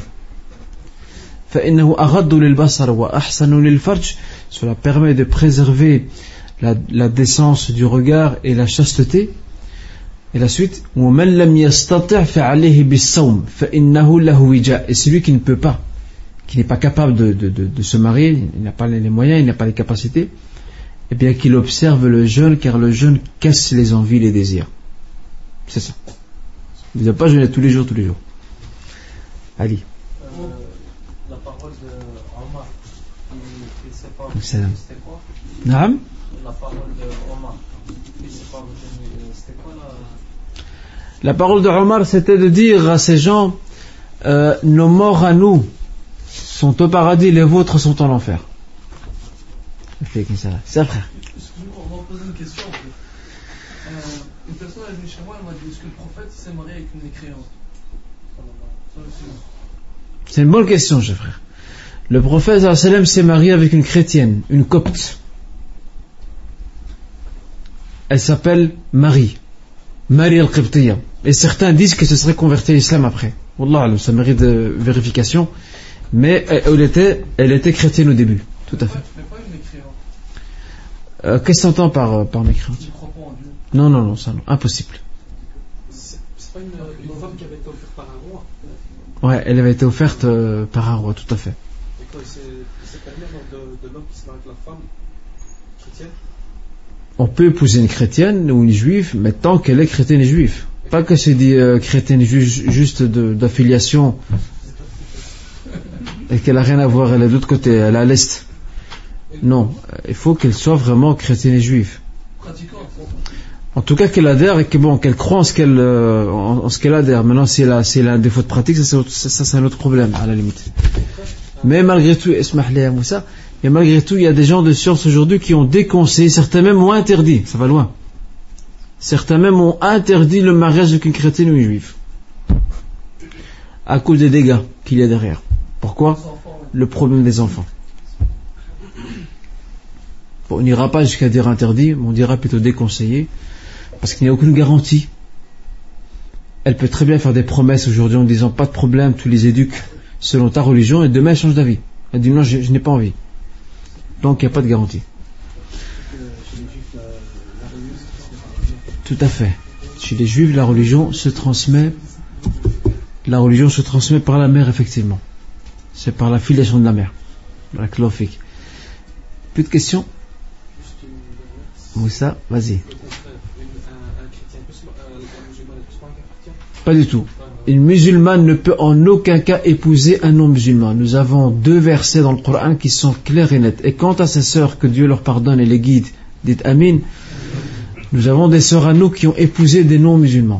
Fa innahu aghaddu lil-basar wa ahsanu lil-farj. Cela permet de préserver la décence du regard et la chasteté. Et la suite, وَمَنْ لَمْ يَسْتَطِعْ فَعَلَيْهِ بِالصَّوْمِ فَإِنَّهُ لَهُ وِجَاء. Et celui qui ne peut pas, qui n'est pas capable de se marier, il n'a pas les moyens, il n'a pas les capacités, eh bien qu'il observe le jeûne, car le jeûne casse les envies, les désirs. C'est ça. Vous n'avez pas jeûné tous les jours. Ali. La parole de Omar, il sait pas, Salam. c'était quoi? Naam. La parole de Omar, il sait pas, c'était quoi La parole de Omar, c'était de dire à ces gens, nos morts à nous sont au paradis, les vôtres sont en enfer. C'est vrai. Excusez-moi, on va poser une question. Une personne est venue chez moi, elle m'a dit, est-ce que le prophète s'est marié avec une mécréante? C'est une bonne question, cher frère. Le prophète sallallahu alayhi wa sallam s'est marié avec une chrétienne, une copte. Elle s'appelle Marie al-Qibtiyya. Et certains disent que ce serait converti à l'islam après. Wallah, ça mérite de vérification. Mais elle était chrétienne au début. Tout à fait. Mais pas une mécréante. Qu'est-ce que tu entends par mécréante? Tu ne crois pas en Dieu. Non, ça non. Impossible. C'est pas une femme qui avait été offerte par un roi. Ouais, elle avait été offerte par un roi, tout à fait. Et quoi, c'est permis de l'homme qui se marie avec la femme chrétienne? On peut épouser une chrétienne ou une juive, mais tant qu'elle est chrétienne et juive. Pas que c'est dit chrétienne et juive juste d'affiliation et qu'elle n'a rien à voir, elle est de l'autre côté, elle est à l'est. Non, il faut qu'elle soit vraiment chrétienne et juive. Pratiquante. En tout cas qu'elle adhère et qu'elle croit en ce qu'elle adhère. Maintenant si elle a un défaut de pratique, ça c'est un autre problème à la limite. Mais malgré tout, et malgré tout, il y a des gens de science aujourd'hui qui ont déconseillé, certains même ont interdit, ça va loin. Certains même ont interdit le mariage avec une chrétienne ou une juive. À cause des dégâts qu'il y a derrière. Pourquoi? Le problème des enfants. Bon, on n'ira pas jusqu'à dire interdit, mais on dira plutôt déconseillé, parce qu'il n'y a aucune garantie. Elle peut très bien faire des promesses aujourd'hui en disant pas de problème, tu les éduques selon ta religion, et demain elle change d'avis. Elle dit non, je n'ai pas envie. Donc il n'y a pas de garantie. Tout à fait. Chez les juifs, la religion se transmet par la mère, effectivement. C'est par la filiation de la mère. Plus de questions? Moussa, vas-y. Pas du tout. Une musulmane ne peut en aucun cas épouser un non-musulman. Nous avons 2 versets dans le Coran qui sont clairs et nets. Et quant à ces sœurs, que Dieu leur pardonne et les guide, dites Amin, nous avons des sœurs à nous qui ont épousé des non-musulmans.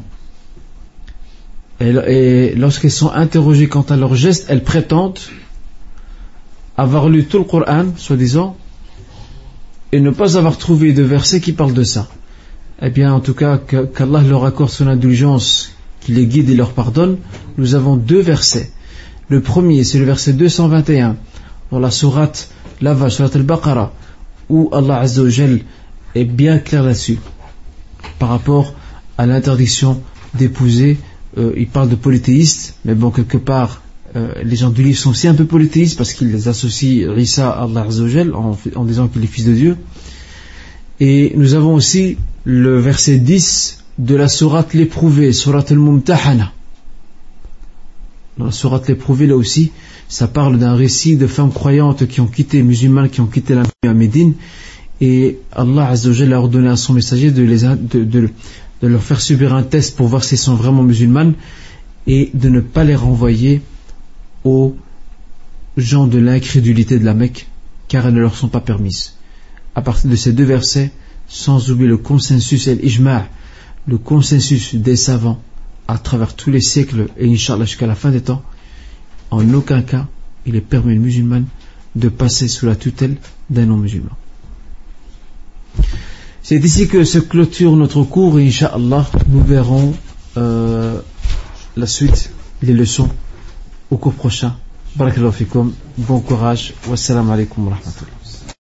Et lorsqu'elles sont interrogées quant à leurs gestes, elles prétendent avoir lu tout le Coran, soi-disant, et ne pas avoir trouvé de verset qui parle de ça. Eh bien, en tout cas, qu'Allah leur accorde son indulgence, qu'il les guide et leur pardonne. Nous avons 2 versets. Le premier, c'est le verset 221 dans la sourate Lava, sourate al-Baqarah, où Allah Azza wa Jal est bien clair là-dessus par rapport à l'interdiction d'épouser. Il parle de polythéistes, mais bon, quelque part les gens du livre sont aussi un peu polythéistes parce qu'ils les associent Isa à Allah Azza wa Jal en disant qu'il est fils de Dieu. Et nous avons aussi le verset 10 de la sourate l'éprouvée, sourate al-Mumtahana. Dans la sourate l'éprouvée, là aussi, ça parle d'un récit de femmes croyantes qui ont quitté, musulmanes qui ont quitté la Médine, et Allah Azza wa Jal a ordonné à son messager de leur faire subir un test pour voir s'ils sont vraiment musulmanes et de ne pas les renvoyer aux gens de l'incrédulité de la Mecque, car elles ne leur sont pas permises. À partir de ces 2 versets, sans oublier le consensus et l'ijma', le consensus des savants à travers tous les siècles et Inch'Allah jusqu'à la fin des temps, en aucun cas il est permis aux musulmans de passer sous la tutelle d'un non-musulman. C'est ici que se clôture notre cours et Inch'Allah nous verrons la suite, les leçons au cours prochain. Barakallahu fikum, bon courage, wassalamu alaikum wa rahmatullah.